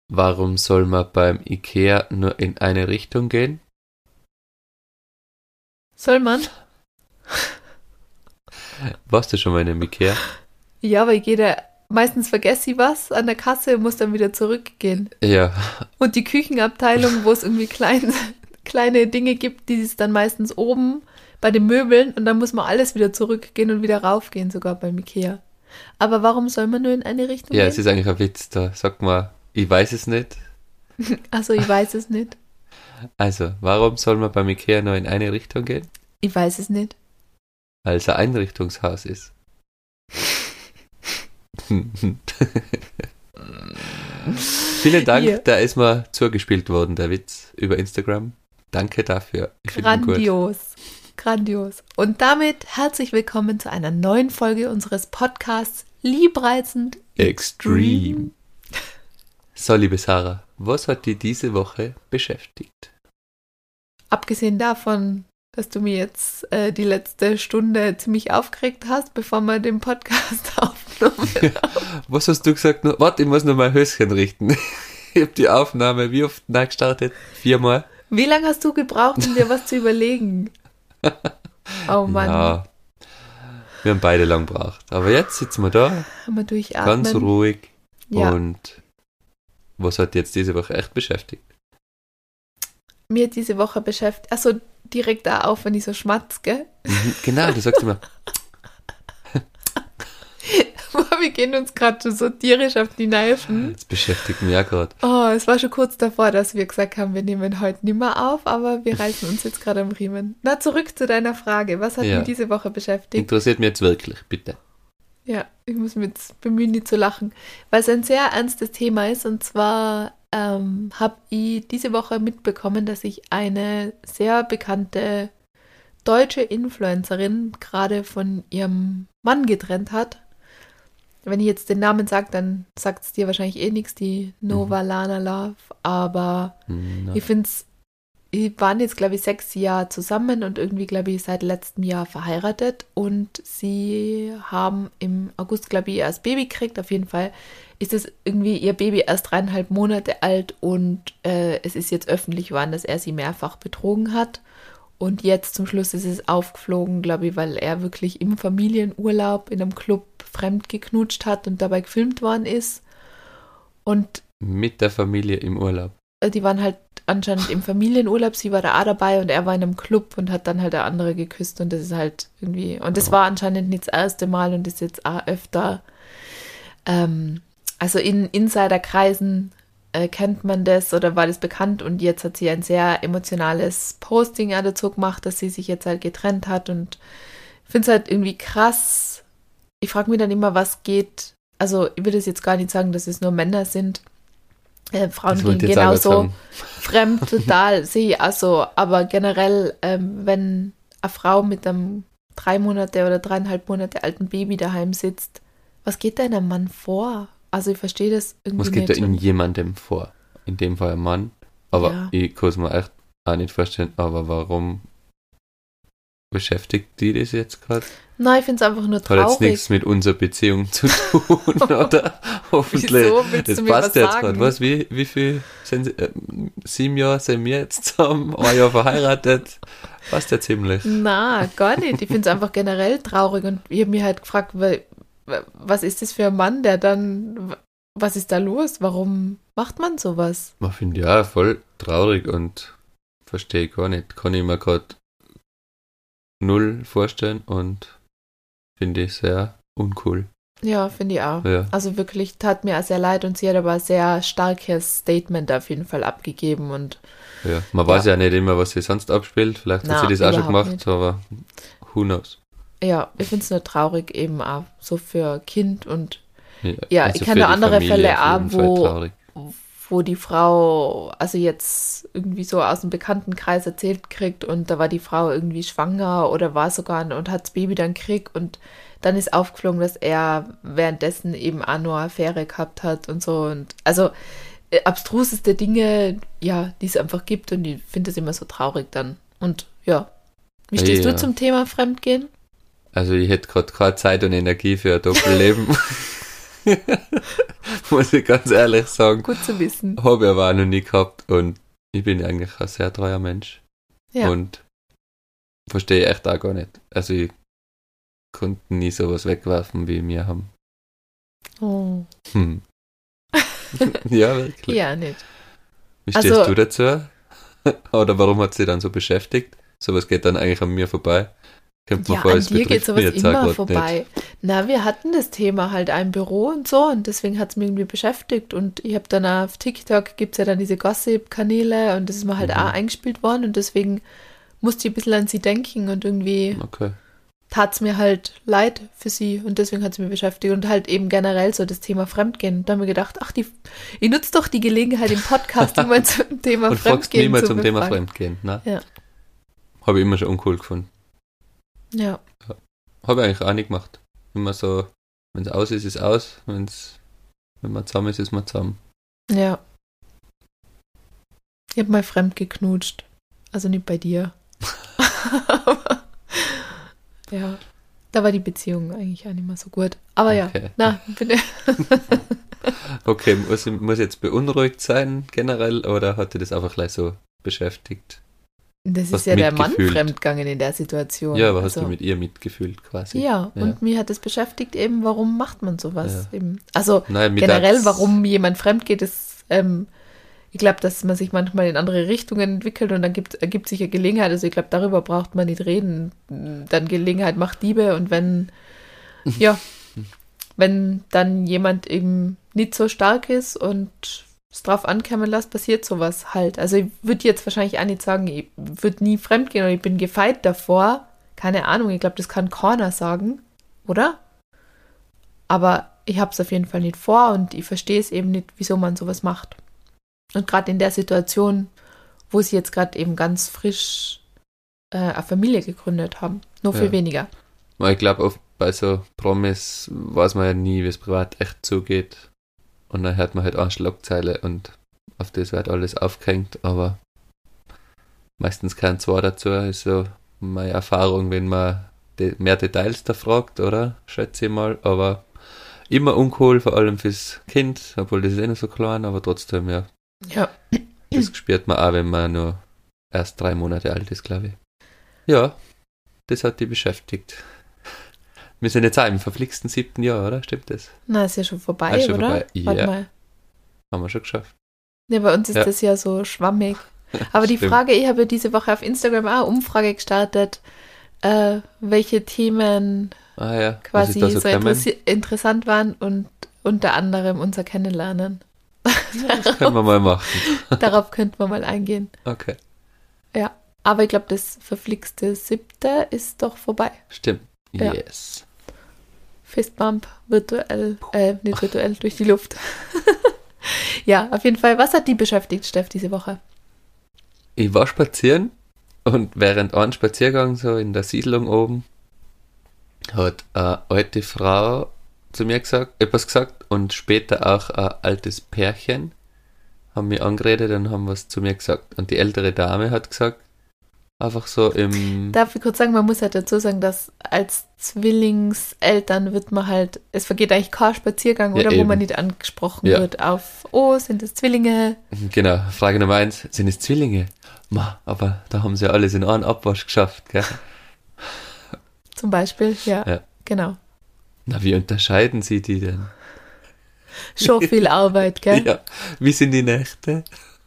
Warum soll man beim Ikea nur in eine Richtung gehen? Soll man? Warst du schon mal in einem Ikea? Ja, weil meistens vergesse ich was an der Kasse und muss dann wieder zurückgehen. Ja, Und die Küchenabteilung, wo es irgendwie kleine Dinge gibt, die ist dann meistens oben bei den Möbeln und dann muss man alles wieder zurückgehen und wieder raufgehen, sogar beim Ikea. Aber warum soll man nur in eine Richtung ja, gehen? es ist eigentlich ein Witz da. Sag mal, ich weiß es nicht. Also ich weiß es nicht. Also, warum soll man beim Ikea nur in eine Richtung gehen? Ich weiß es nicht. Weil es ein Einrichtungshaus ist. Vielen Dank, Hier. da ist mir zugespielt worden, der Witz, über Instagram. Danke dafür. Ich finde ihn gut. Grandios. Grandios. Und damit herzlich willkommen zu einer neuen Folge unseres Podcasts Liebreizend Extreme. So, liebe Sarah, was hat dich diese Woche beschäftigt? Abgesehen davon, dass du mir jetzt die letzte Stunde ziemlich aufgeregt hast, bevor wir den Podcast aufgenommen haben. Was hast du gesagt? Warte, ich muss noch mal Höschen richten. Ich habe die Aufnahme wie oft nachgestartet? 4-mal? Wie lange hast du gebraucht, um dir was zu überlegen? Oh Mann. Ja, wir haben beide lang gebraucht. Aber jetzt sitzen wir da, Haben wir durchatmen. ganz ruhig. Ja. Und was hat dich jetzt diese Woche echt beschäftigt? Mir diese Woche beschäftigt, also direkt da auf, wenn ich so schmatz, gell? Genau, du sagst immer, Wir gehen uns gerade schon so tierisch auf die Nerven. das beschäftigt mich auch gerade. Oh, es war schon kurz davor, dass wir gesagt haben, wir nehmen heute nicht mehr auf, aber wir reißen uns jetzt gerade am Riemen. Na, zurück zu deiner Frage. Was hat Ja. mich diese Woche beschäftigt? Interessiert mich jetzt wirklich, bitte. Ja, ich muss mich jetzt bemühen, nicht zu lachen, weil es ein sehr ernstes Thema ist. Und zwar habe ich diese Woche mitbekommen, dass sich eine sehr bekannte deutsche Influencerin gerade von ihrem Mann getrennt hat. Wenn ich jetzt den Namen sage, dann sagt es dir wahrscheinlich eh nichts, die Nova Lana Love. Aber Na, ich finde es, die waren jetzt, glaube ich, 6 Jahre zusammen und irgendwie, glaube ich, seit letztem Jahr verheiratet. Und sie haben im August, glaube ich, erst Baby gekriegt. Auf jeden Fall ist es irgendwie ihr Baby erst 3,5 Monate alt und es ist jetzt öffentlich geworden, dass er sie mehrfach betrogen hat. Und jetzt zum Schluss ist es aufgeflogen, glaube ich, weil er wirklich im Familienurlaub in einem Club fremd geknutscht hat und dabei gefilmt worden ist. Und mit der Familie im Urlaub. die waren halt anscheinend im Familienurlaub, sie war da auch dabei und er war in einem Club und hat dann halt der andere geküsst und das ist halt irgendwie, und das war anscheinend nicht das erste Mal und ist jetzt auch öfter, also in Insiderkreisen kennt man das oder war das bekannt und jetzt hat sie ein sehr emotionales Posting auch dazu gemacht, dass sie sich jetzt halt getrennt hat und ich finde es halt irgendwie krass. Ich frage mich dann immer, was geht, also ich würde es jetzt gar nicht sagen, dass es nur Männer sind, Frauen Das wollte gehen ich jetzt auch genauso gerade sagen. fremd, total, sehe ich auch so, aber generell, wenn eine Frau mit einem 3 Monate oder 3,5 Monate alten Baby daheim sitzt, was geht da in einem Mann vor? Also ich verstehe das irgendwie Was geht nicht. da in jemandem vor? In dem Fall ein Mann. Aber Ja. ich kann es mir echt auch nicht vorstellen. Aber warum beschäftigt die das jetzt gerade? Nein, ich finde es einfach nur Hat jetzt traurig. nichts mit unserer Beziehung zu tun, oder? Hoffentlich. Wieso? Willst Das du mir passt was jetzt sagen? gerade. Was, wie viel sind sie, 7 Jahre sind wir jetzt zusammen, 1 Jahr verheiratet. Passt ja ziemlich. Na, gar nicht. Ich finde es einfach generell traurig und ich habe mich halt gefragt, was ist das für ein Mann, der dann, was ist da los? Warum macht man sowas? Man finde ja voll traurig und verstehe ich gar nicht. Kann ich mir gerade null vorstellen und finde ich sehr uncool. Ja, finde ich auch. Ja. Also wirklich, tat mir auch sehr leid und sie hat aber ein sehr starkes Statement auf jeden Fall abgegeben und Ja. Man weiß ja nicht immer, was sie sonst abspielt. Vielleicht hat Na, sie das auch schon überhaupt gemacht, nicht. aber who knows. ja, ich finde es nur traurig eben auch so für Kind und Ja, ich also kenne für die andere Familie Fälle auf auch, jeden Fall traurig. wo die Frau, also jetzt irgendwie so aus dem Bekanntenkreis erzählt kriegt und da war die Frau irgendwie schwanger oder war sogar und hat das Baby dann gekriegt und dann ist aufgeflogen, dass er währenddessen eben auch nur eine Affäre gehabt hat und so und also abstruseste Dinge, ja, die es einfach gibt und ich finde das immer so traurig dann und ja. Wie stehst Ja. du zum Thema Fremdgehen? Also ich hätte gerade keine Zeit und Energie für ein Doppelleben. Muss ich ganz ehrlich sagen. Gut zu wissen. Habe ich aber auch noch nie gehabt und ich bin eigentlich ein sehr treuer Mensch. Ja. Und verstehe echt auch gar nicht. Also ich konnte nie sowas wegwerfen, wie wir haben. Oh. Ja, wirklich. Ja, nicht. Wie stehst Also- du dazu? Oder warum hat sie dann so beschäftigt? Sowas geht dann eigentlich an mir vorbei. Kommt mir Ja, vor, an es dir geht betrifft sowas mich jetzt auch immer grad vorbei. Na, wir hatten das Thema halt ein Büro und so und deswegen hat es mich irgendwie beschäftigt und ich habe dann auf TikTok, gibt es ja dann diese Gossip-Kanäle und das ist mir halt Mhm. auch eingespielt worden und deswegen musste ich ein bisschen an sie denken und irgendwie nicht. Okay. tat es mir halt leid für sie und deswegen hat es mich beschäftigt und halt eben generell so das Thema Fremdgehen. Und da haben wir gedacht, ich nutze doch die Gelegenheit im Podcast, immer zum Thema Und fragst mich Fremdgehen mal zu zum Thema befragen. Fremdgehen, ne? Ja. Habe ich immer schon uncool gefunden. Ja, Habe ich eigentlich auch nicht gemacht. Immer so, wenn es aus ist, ist aus. Wenn man zusammen ist, ist man zusammen. ja. Ich habe mal fremd geknutscht. Also nicht bei dir. Aber, ja, da war die Beziehung eigentlich auch nicht mehr so gut. Aber ja, Okay. na, bitte. Okay, muss ich jetzt beunruhigt sein generell oder hat dich das einfach gleich so beschäftigt? Das Hast ist ja der Mann mitgefühlt. fremdgegangen in der Situation. Ja, aber hast Also, du mit ihr mitgefühlt quasi? ja, Ja. und mich hat es beschäftigt eben, warum macht man sowas Ja. eben. Also Nein, mir generell, tat's- warum jemand fremd geht, ist, ich glaube, dass man sich manchmal in andere Richtungen entwickelt und dann ergibt sich eine Gelegenheit. Also ich glaube, darüber braucht man nicht reden. Dann Gelegenheit macht Diebe und wenn dann jemand eben nicht so stark ist und es drauf ankommen lässt, passiert sowas halt. Also ich würde jetzt wahrscheinlich auch nicht sagen, ich würde nie fremd gehen oder ich bin gefeit davor. Keine Ahnung, ich glaube, das kann keiner sagen, oder? Aber ich habe es auf jeden Fall nicht vor und ich verstehe es eben nicht, wieso man sowas macht. Und gerade in der Situation, wo sie jetzt gerade eben ganz frisch eine Familie gegründet haben. Nur viel Ja. weniger. Weil ich glaube, oft bei so Promis weiß man ja nie, wie es privat echt zugeht. Und dann hört man halt eine Schlagzeile und auf das wird alles aufgehängt, aber meistens kein zwei dazu. Ist so meine Erfahrung, wenn man mehr Details da fragt, oder? Schätze ich mal. Aber immer uncool, vor allem fürs Kind, obwohl das ist eh noch so klein, aber trotzdem, ja. Ja. Das spürt man auch, wenn man nur erst 3 Monate alt ist, glaube ich. Ja, das hat die beschäftigt. Wir sind jetzt auch im verflixten 7. Jahr, oder? Stimmt das? Na, ist ja schon vorbei, Ah, ist schon oder? vorbei. Warte Ja. mal. Haben wir schon geschafft. Ja, bei uns ist Ja. das ja so schwammig. Aber die Stimmt. Frage, ich habe ja diese Woche auf Instagram auch eine Umfrage gestartet, welche Themen Ah ja, quasi was ist so da so gekommen? interessant waren und unter anderem unser Kennenlernen. Das können wir mal machen. Darauf könnten wir mal eingehen. Okay, Ja, aber ich glaube, das verflixte 7. ist doch vorbei. stimmt. Ja. Yes. Fistbump virtuell, nicht virtuell, durch die Luft. Ja, auf jeden Fall. Was hat die beschäftigt, Steff, diese Woche? Ich war spazieren und während einem Spaziergang so in der Siedlung oben hat eine alte Frau zu mir etwas gesagt und später auch ein altes Pärchen haben mich angeredet und haben was zu mir gesagt. Und die ältere Dame hat gesagt, einfach so im... Darf ich kurz sagen, man muss halt dazu sagen, dass als Zwillingseltern wird man halt, es vergeht eigentlich kein Spaziergang, Ja, oder, wo eben. man nicht angesprochen Ja. wird auf, oh, sind es Zwillinge? Genau, Frage Nummer 1, sind es Zwillinge? Ma, aber da haben sie alles in einen Abwasch geschafft, gell? Zum Beispiel, ja, Ja. genau. Na, wie unterscheiden sie die denn? Schon viel Arbeit, gell? Ja, wie sind die Nächte?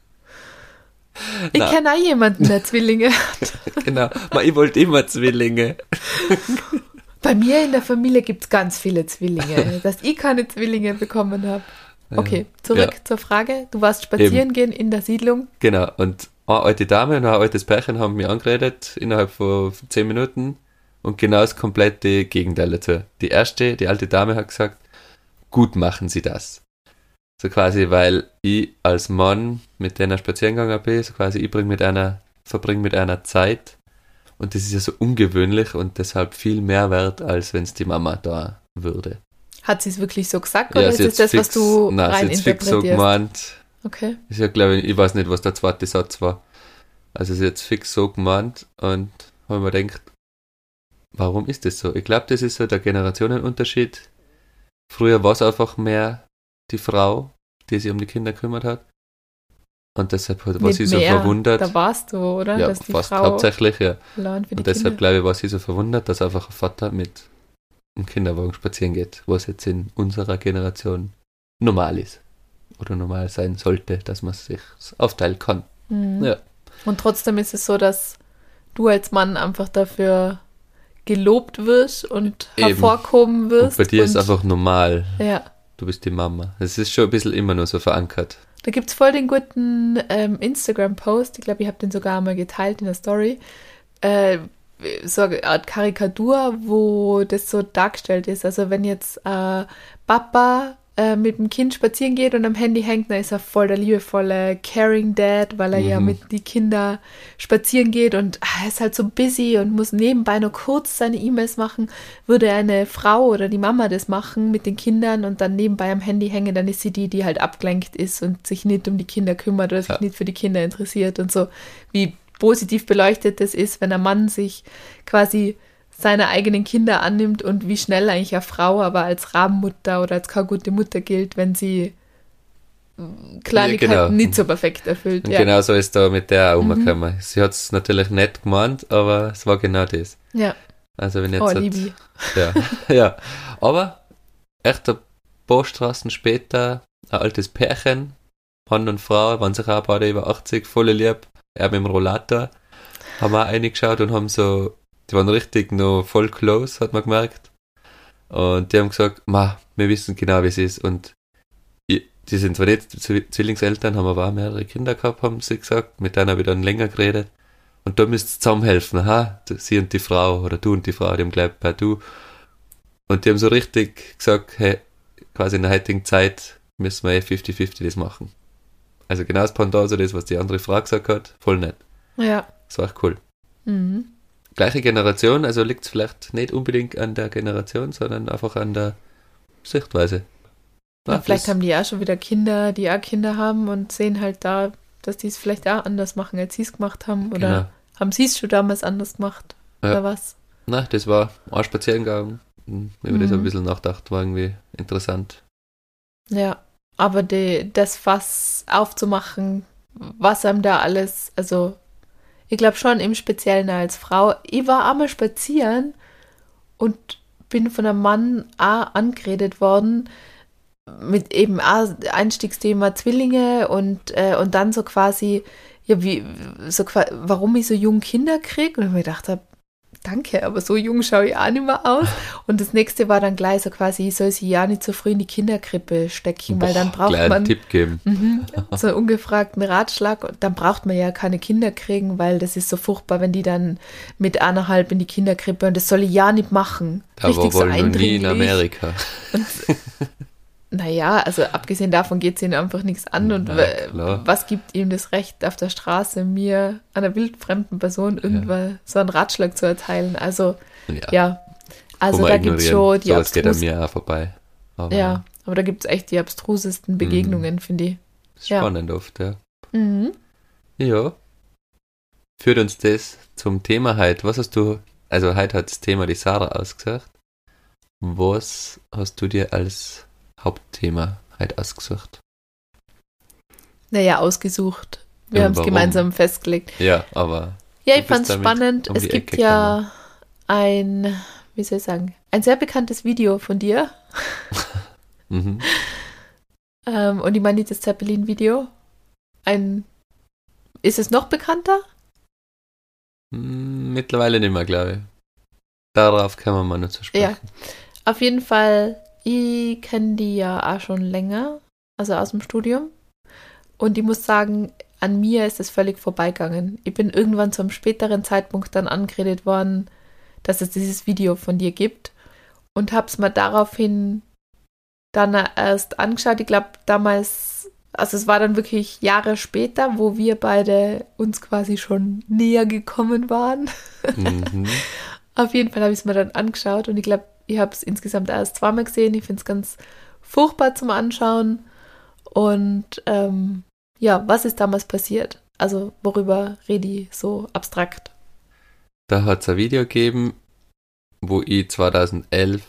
Ich Na. kenne auch jemanden, der Zwillinge hat. Genau, Ma, ich wollte immer Zwillinge. Bei mir in der Familie gibt es ganz viele Zwillinge, dass ich keine Zwillinge bekommen habe. Okay, zurück Ja. zur Frage. Du warst spazieren gehen in der Siedlung. Genau, und eine alte Dame und ein altes Pärchen haben mich angeredet innerhalb von 10 Minuten und genau das komplette Gegenteil dazu. Die alte Dame hat gesagt, gut machen Sie das. So quasi, weil ich als Mann mit denen spazieren gegangen bin, so quasi ich verbringe mit einer Zeit und das ist ja so ungewöhnlich und deshalb viel mehr wert, als wenn es die Mama da würde. Hat sie es wirklich so gesagt oder ist sie es das, was du nein, rein sie hat fix so interpretierst? gemeint. Okay. Ist ja, glaube ich weiß nicht, was der zweite Satz war. Also sie hat jetzt fix so gemeint und habe mir gedacht, warum ist das so? Ich glaube, das ist so der Generationenunterschied. früher war es einfach mehr die Frau, die sich um die Kinder kümmert hat. Und deshalb war sie so verwundert. Da warst du, oder? Ja, dass die fast Frau hauptsächlich, ja. lernt für die Und deshalb, Kinder. glaube ich, war sie so verwundert, dass einfach ein Vater mit einem Kinderwagen spazieren geht, was jetzt in unserer Generation normal ist. Oder normal sein sollte, dass man sich aufteilen kann. Mhm. Ja. Und trotzdem ist es so, dass du als Mann einfach dafür gelobt wirst und Eben. hervorgehoben Und wirst. bei dir ist es einfach normal. Ja. Du bist die Mama. Es ist schon ein bisschen immer nur so verankert. Da gibt es voll den guten Instagram-Post. Ich glaube, ich habe den sogar einmal geteilt in der Story. So eine Art Karikatur, wo das so dargestellt ist. Also wenn jetzt Papa mit dem Kind spazieren geht und am Handy hängt, dann ist er voll der liebevolle Caring Dad, weil er ja mit die Kinder spazieren geht und er ist halt so busy und muss nebenbei nur kurz seine E-Mails machen. Würde eine Frau oder die Mama das machen mit den Kindern und dann nebenbei am Handy hängen, dann ist sie die, die halt abgelenkt ist und sich nicht um die Kinder kümmert oder sich nicht für die Kinder interessiert und so. Wie positiv beleuchtet das ist, wenn ein Mann sich quasi seine eigenen Kinder annimmt und wie schnell eigentlich eine Frau aber als Rabenmutter oder als keine gute Mutter gilt, wenn sie Kleinigkeiten nicht so perfekt erfüllt. Und genau so ist da mit der auch umgekommen. Sie hat es natürlich nicht gemeint, aber es war genau das. Ja. Also wenn jetzt Libi. Ja, ja. Aber echt ein paar Straßen später ein altes Pärchen, Mann und Frau, waren sich auch beide über 80, voll lieb, er mit dem Rollator, haben auch reingeschaut und haben so, die waren richtig noch voll close, hat man gemerkt. Und die haben gesagt, wir wissen genau, wie es ist. Und die sind zwar nicht Zwillingseltern, haben aber auch mehrere Kinder gehabt, haben sie gesagt. Mit denen habe ich dann länger geredet. Und da müsst ihr zusammenhelfen. Sie und die Frau oder du und die Frau, die haben gleich bei du. Und die haben so richtig gesagt, hey, quasi in der heutigen Zeit müssen wir 50-50 das machen. Also genau das Pendant, so das, was die andere Frau gesagt hat, voll nett. Ja. Das war echt cool. Mhm. Gleiche Generation, also liegt es vielleicht nicht unbedingt an der Generation, sondern einfach an der Sichtweise. Ja, vielleicht haben die auch schon wieder Kinder, die auch Kinder haben und sehen halt da, dass die es vielleicht auch anders machen, als sie es gemacht haben. Oder haben sie es schon damals anders gemacht? Ja. Oder was? Na, das war ein Spaziergang. Über das ein bisschen nachgedacht, war irgendwie interessant. Ja, aber das Fass aufzumachen, was einem da alles, also ich glaube schon im Speziellen als Frau. Ich war einmal spazieren und bin von einem Mann auch angeredet worden mit eben auch Einstiegsthema Zwillinge und dann so quasi, ja, warum ich so jung Kinder kriege. Und ich mir gedacht habe, danke, aber so jung schaue ich auch nicht mehr aus. Und das nächste war dann gleich so quasi, ich soll sie ja nicht so früh in die Kinderkrippe stecken, weil dann braucht man einen Tipp geben. So einen ungefragten Ratschlag. Und dann braucht man ja keine Kinder kriegen, weil das ist so furchtbar, wenn die dann mit 1,5 in die Kinderkrippe und das soll ich ja nicht machen. Da war wohl noch nie in Amerika. Und naja, also abgesehen davon geht es ihnen einfach nichts an. Und was gibt ihm das Recht, auf der Straße mir, einer wildfremden Person, irgendwann so einen Ratschlag zu erteilen? Also, also da gibt es schon die sowas geht an mir auch vorbei. Aber da gibt es echt die abstrusesten Begegnungen, finde ich. Spannend oft, ja. Mhm. Ja. Führt uns das zum Thema heute. Was hast du, also heute hat das Thema die Sarah ausgesagt. Was hast du dir als Hauptthema heute ausgesucht? Naja, ausgesucht. Wir haben es gemeinsam festgelegt. Ja, aber... Ja, ich fand es spannend. Es gibt ja ein sehr bekanntes Video von dir. Mhm. Und ich meine nicht das Zeppelin-Video. Ist es noch bekannter? Mittlerweile nicht mehr, glaube ich. Darauf kann man mal noch zu sprechen. Ja, auf jeden Fall... Ich kenne die ja auch schon länger, also aus dem Studium. Und ich muss sagen, an mir ist es völlig vorbeigegangen. Ich bin irgendwann zu einem späteren Zeitpunkt dann angeredet worden, dass es dieses Video von dir gibt. Und habe es mir daraufhin dann erst angeschaut. Ich glaube damals, also es war dann wirklich Jahre später, wo wir beide uns quasi schon näher gekommen waren. Mhm. Auf jeden Fall habe ich es mir dann angeschaut und ich glaube, ich habe es insgesamt erst 2-mal gesehen. Ich finde es ganz furchtbar zum Anschauen. Und was ist damals passiert? Also worüber rede ich so abstrakt? Da hat es ein Video gegeben, wo ich 2011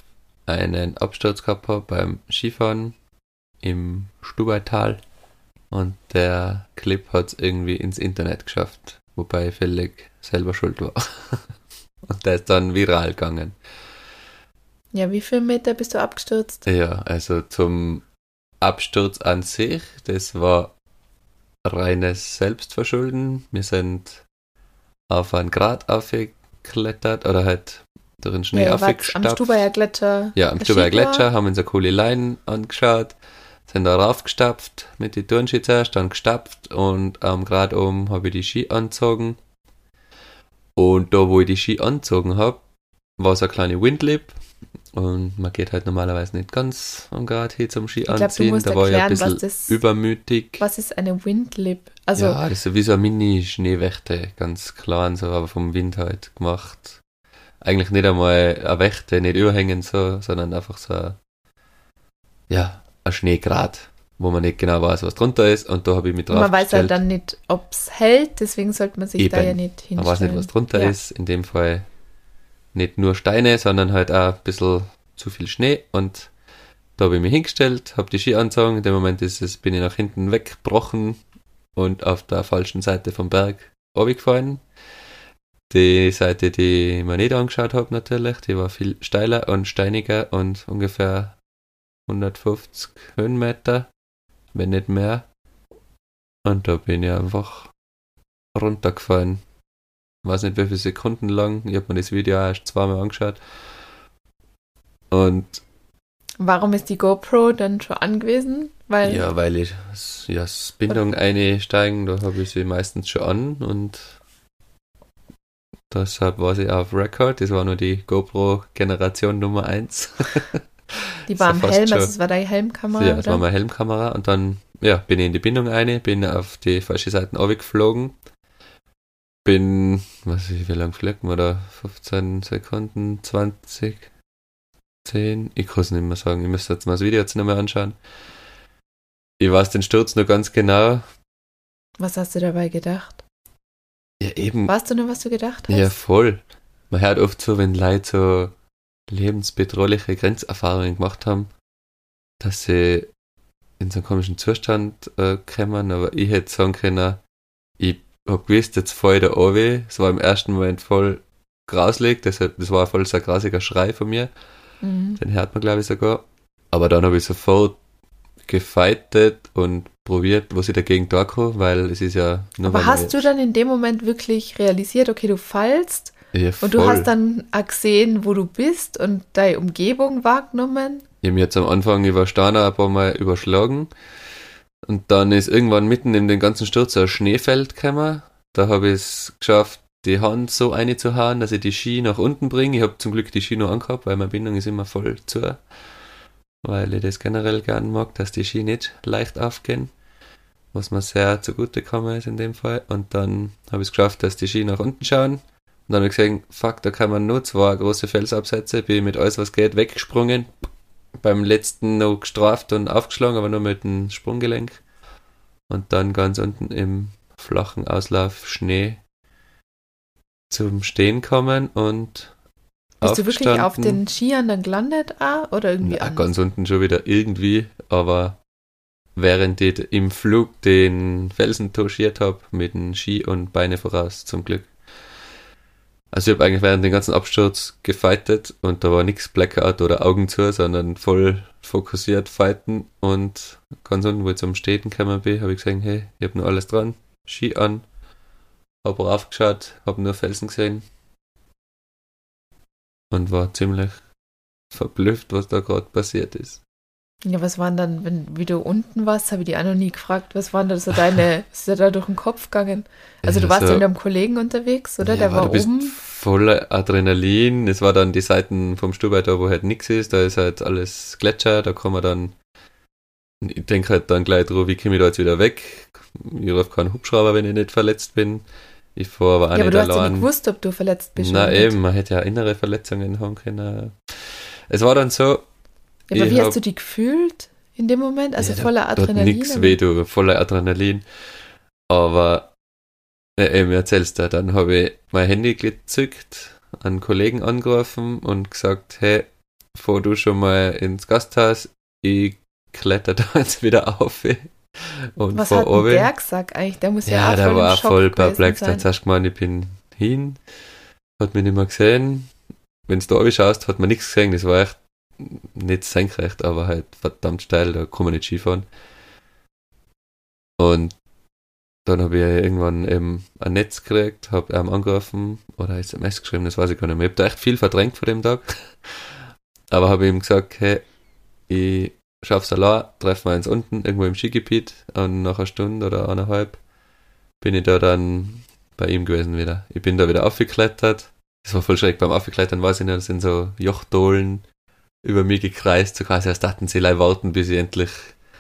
einen Absturz gehabt habe beim Skifahren im Stubaital und der Clip hat es irgendwie ins Internet geschafft, wobei ich völlig selber schuld war. Und der ist dann viral gegangen. Ja, wie viele Meter bist du abgestürzt? Ja, also zum Absturz an sich, das war reines Selbstverschulden. Wir sind auf einen Grat aufgeklettert oder halt durch den Schnee Ja, ihr wart am aufgestapft. Stubaier Gletscher. Ja, am der Stubaier Skitour. Gletscher haben uns eine coole Line angeschaut, sind da raufgestapft mit den Turnski zuerst, dann gestapft und am Grat oben habe ich die Ski angezogen. Und da, wo ich die Ski angezogen habe, war so eine kleine Windlip. Und man geht halt normalerweise nicht ganz am Grat hin zum Ski Ich glaube, du anziehen. musst Da war ich ein erklären, bisschen übermütig. was ist eine Windlip? Also, Ja, das ist wie so eine Mini-Schneewächte, ganz klein, so, aber vom Wind halt gemacht. Eigentlich nicht einmal eine Wächte, nicht überhängen so, sondern einfach so, ja, ein Schneegrat, wo man nicht genau weiß, was drunter ist. Und da habe ich mich drauf man weiß halt gestellt. dann nicht, ob es hält, deswegen sollte man sich da Eben. ja nicht hinstellen. Man weiß nicht, was drunter Ja. ist. In dem Fall nicht nur Steine, sondern halt auch ein bisschen zu viel Schnee. Und da habe ich mich hingestellt, habe die Ski angezogen. In dem Moment bin ich nach hinten weggebrochen und auf der falschen Seite vom Berg runtergefallen. Die Seite, die ich mir nicht angeschaut habe natürlich, die war viel steiler und steiniger und ungefähr 150 Höhenmeter, wenn nicht mehr. Und da bin ich einfach runtergefallen. Weiß nicht, wie viele Sekunden lang. Ich habe mir das Video auch erst zweimal angeschaut. Und Warum ist die GoPro dann schon angewiesen? Weil ja, weil ich ja, das Bindung einsteigen, da habe ich sie meistens schon an und deshalb war sie auf Record. Das war nur die GoPro Generation Nummer 1. die war ist am ja fast Helm, schon- also es war deine Helmkamera, Ja, das war oder? meine Helmkamera und dann ja, bin ich in die Bindung rein, bin auf die falsche Seite runtergeflogen. Bin, was weiß ich, wie lange fliegt man da? 15 Sekunden, 20, 10? Ich kann es nicht mehr sagen. Ich müsste jetzt mal das Video jetzt nochmal anschauen. Ich weiß den Sturz nur ganz genau. Was hast du dabei gedacht? Ja, eben. Weißt du noch, was du gedacht hast? Ja, voll. Man hört oft so, wenn Leute so lebensbedrohliche Grenzerfahrungen gemacht haben, dass sie in so einen komischen Zustand kommen, aber ich hätte sagen können, ich hab gewusst, jetzt fall ich da runter. Es war im ersten Moment voll grauslig, das war voll so ein grausiger Schrei von mir, Mhm. den hört man glaube ich sogar. Aber dann habe ich sofort gefightet und probiert, was ich dagegen tun kann, weil es ist ja nur Aber weil hast du dann in dem Moment wirklich realisiert, okay, du fallst ja, und du voll. hast dann auch gesehen, wo du bist und deine Umgebung wahrgenommen? Ich habe mich jetzt am Anfang über Steiner ein paar Mal überschlagen und dann ist irgendwann mitten in den ganzen Sturz ein Schneefeld gekommen. Da habe ich es geschafft, die Hand so reinzuhauen, dass ich die Ski nach unten bringe. Ich habe zum Glück die Ski noch angehabt, weil meine Bindung ist immer voll zu, weil ich das generell gern mag, dass die Ski nicht leicht aufgehen, was mir sehr zugute gekommen ist in dem Fall. Und dann habe ich es geschafft, dass die Ski nach unten schauen. Und dann habe ich gesehen, fuck, da kann man nur zwei große Felsabsätze, bin mit alles was geht weggesprungen. Beim letzten noch gestraft und aufgeschlagen, aber nur mit dem Sprunggelenk. Und dann ganz unten im flachen Auslauf Schnee zum Stehen kommen und Bist du wirklich auf aufgestanden. den Skiern dann gelandet oder irgendwie Ja, anders? ganz unten schon wieder irgendwie, aber während ich im Flug den Felsen touchiert habe, mit dem Ski und Beine voraus, zum Glück. Also ich habe eigentlich während dem ganzen Absturz gefightet und da war nichts Blackout oder Augen zu, sondern voll fokussiert fighten und ganz unten, wo ich zum Stehen gekommen bin, habe ich gesagt, hey, ich habe nur alles dran, Ski an, habe raufgeschaut, habe nur Felsen gesehen und war ziemlich verblüfft, was da gerade passiert ist. Ja, was waren dann, wie du unten warst, habe ich die auch noch nie gefragt, was waren da so was ist dir da durch den Kopf gegangen? Also du warst ja mit einem Kollegen unterwegs, oder? Ja, Der war du bist oben. voller Adrenalin. Es war dann die Seiten vom Stubai da, wo halt nichts ist. Da ist halt alles Gletscher. Da kann man dann, ich denke halt dann gleich drüber, wie komme ich da jetzt wieder weg? Ich rufe keinen Hubschrauber, wenn ich nicht verletzt bin. Ich fahre aber auch Ja, aber nicht du hast ja allein. nicht gewusst, ob du verletzt bist Na oder nicht. eben, man hätte ja innere Verletzungen haben können. Es war dann so, Ja, aber ich wie hab- hast du die gefühlt in dem Moment? Also ja, voller da hat Adrenalin? nichts aber- weh, du, voller Adrenalin. Aber, eben erzählst du, dann habe ich mein Handy gezückt, einen Kollegen angerufen und gesagt, hey, fahr du schon mal ins Gasthaus, ich kletter da jetzt wieder auf und Was fahr hat denn runter. der gesagt eigentlich? Der muss ja Ja, auch der voll im war Schock voll gewesen perplex. Der sein. hat zuerst gemeint, ich bin hin, hat mich nicht mehr gesehen. Wenn du da oben schaust, hat man nichts gesehen. Das war echt nicht senkrecht, aber halt verdammt steil, da kann man nicht Skifahren. Und dann habe ich irgendwann eben ein Netz gekriegt, habe ihm angerufen oder eine SMS geschrieben, das weiß ich gar nicht mehr. Ich habe da echt viel verdrängt von dem Tag. Aber habe ihm gesagt, hey, ich schaff's allein, treffen wir uns unten, irgendwo im Skigebiet und nach einer Stunde oder eineinhalb bin ich da dann bei ihm gewesen wieder. Ich bin da wieder aufgeklettert. Das war voll schräg. Beim Aufgeklettern weiß ich nicht, da sind so Jochdolen über mich gekreist, so quasi als dachten sie warten, bis ich endlich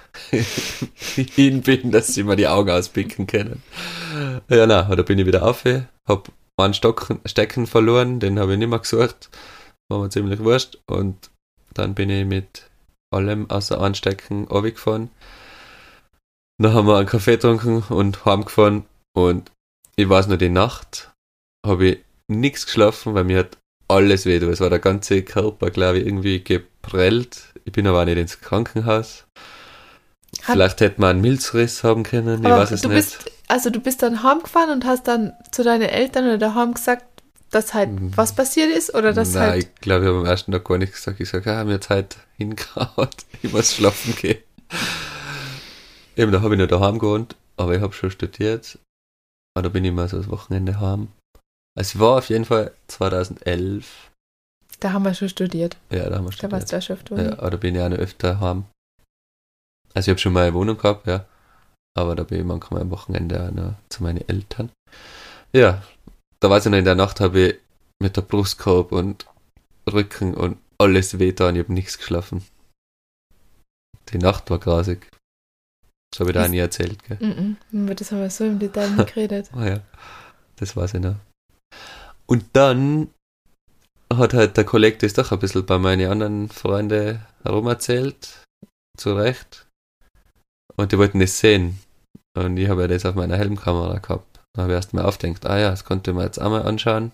hin bin, dass sie mir die Augen auspicken können. Ja, na, da bin ich wieder auf, hab einen Stecken verloren, den habe ich nicht mehr gesucht, war mir ziemlich wurscht und dann bin ich mit allem außer Anstecken runtergefahren. Dann haben wir einen Kaffee getrunken und heimgefahren und ich weiß nur, die Nacht habe ich nichts geschlafen, weil mir hat alles weh. Es war der ganze Körper, glaube ich, irgendwie geprellt. Ich bin aber auch nicht ins Krankenhaus. Vielleicht hätte man einen Milzriss haben können, ich weiß es nicht. Du bist dann heimgefahren und hast dann zu deinen Eltern oder daheim gesagt, dass halt was passiert ist? Oder dass Nein, halt... ich glaube, ich habe am ersten Tag gar nichts gesagt. Ich sage, mir hat heute hingehauen, ich muss schlafen gehen. Eben, da habe ich noch daheim gewohnt, aber ich habe schon studiert. Und da bin ich mal so das Wochenende heim. Es war auf jeden Fall 2011. Da haben wir schon studiert. Ja, da haben wir studiert. Da warst du ja schon öfter. Ja, aber da bin ich auch noch öfter heim. Also ich habe schon mal eine Wohnung gehabt, ja. Aber da bin ich manchmal am Wochenende auch noch zu meinen Eltern. Ja, da weiß ich noch, in der Nacht habe ich mit der Brustkorb und Rücken und alles wehgetan. Ich habe nichts geschlafen. Die Nacht war grasig. Das habe ich da auch nie erzählt, gell? Das haben wir so im Detail nicht geredet. Oh ja, das weiß ich noch. Und dann hat halt der Kollege das doch ein bisschen bei meinen anderen Freunden herum erzählt. Zu Recht. Und die wollten das sehen. Und ich habe ja das auf meiner Helmkamera gehabt. Da habe ich erst mal aufgedacht, das konnte man jetzt auch mal anschauen.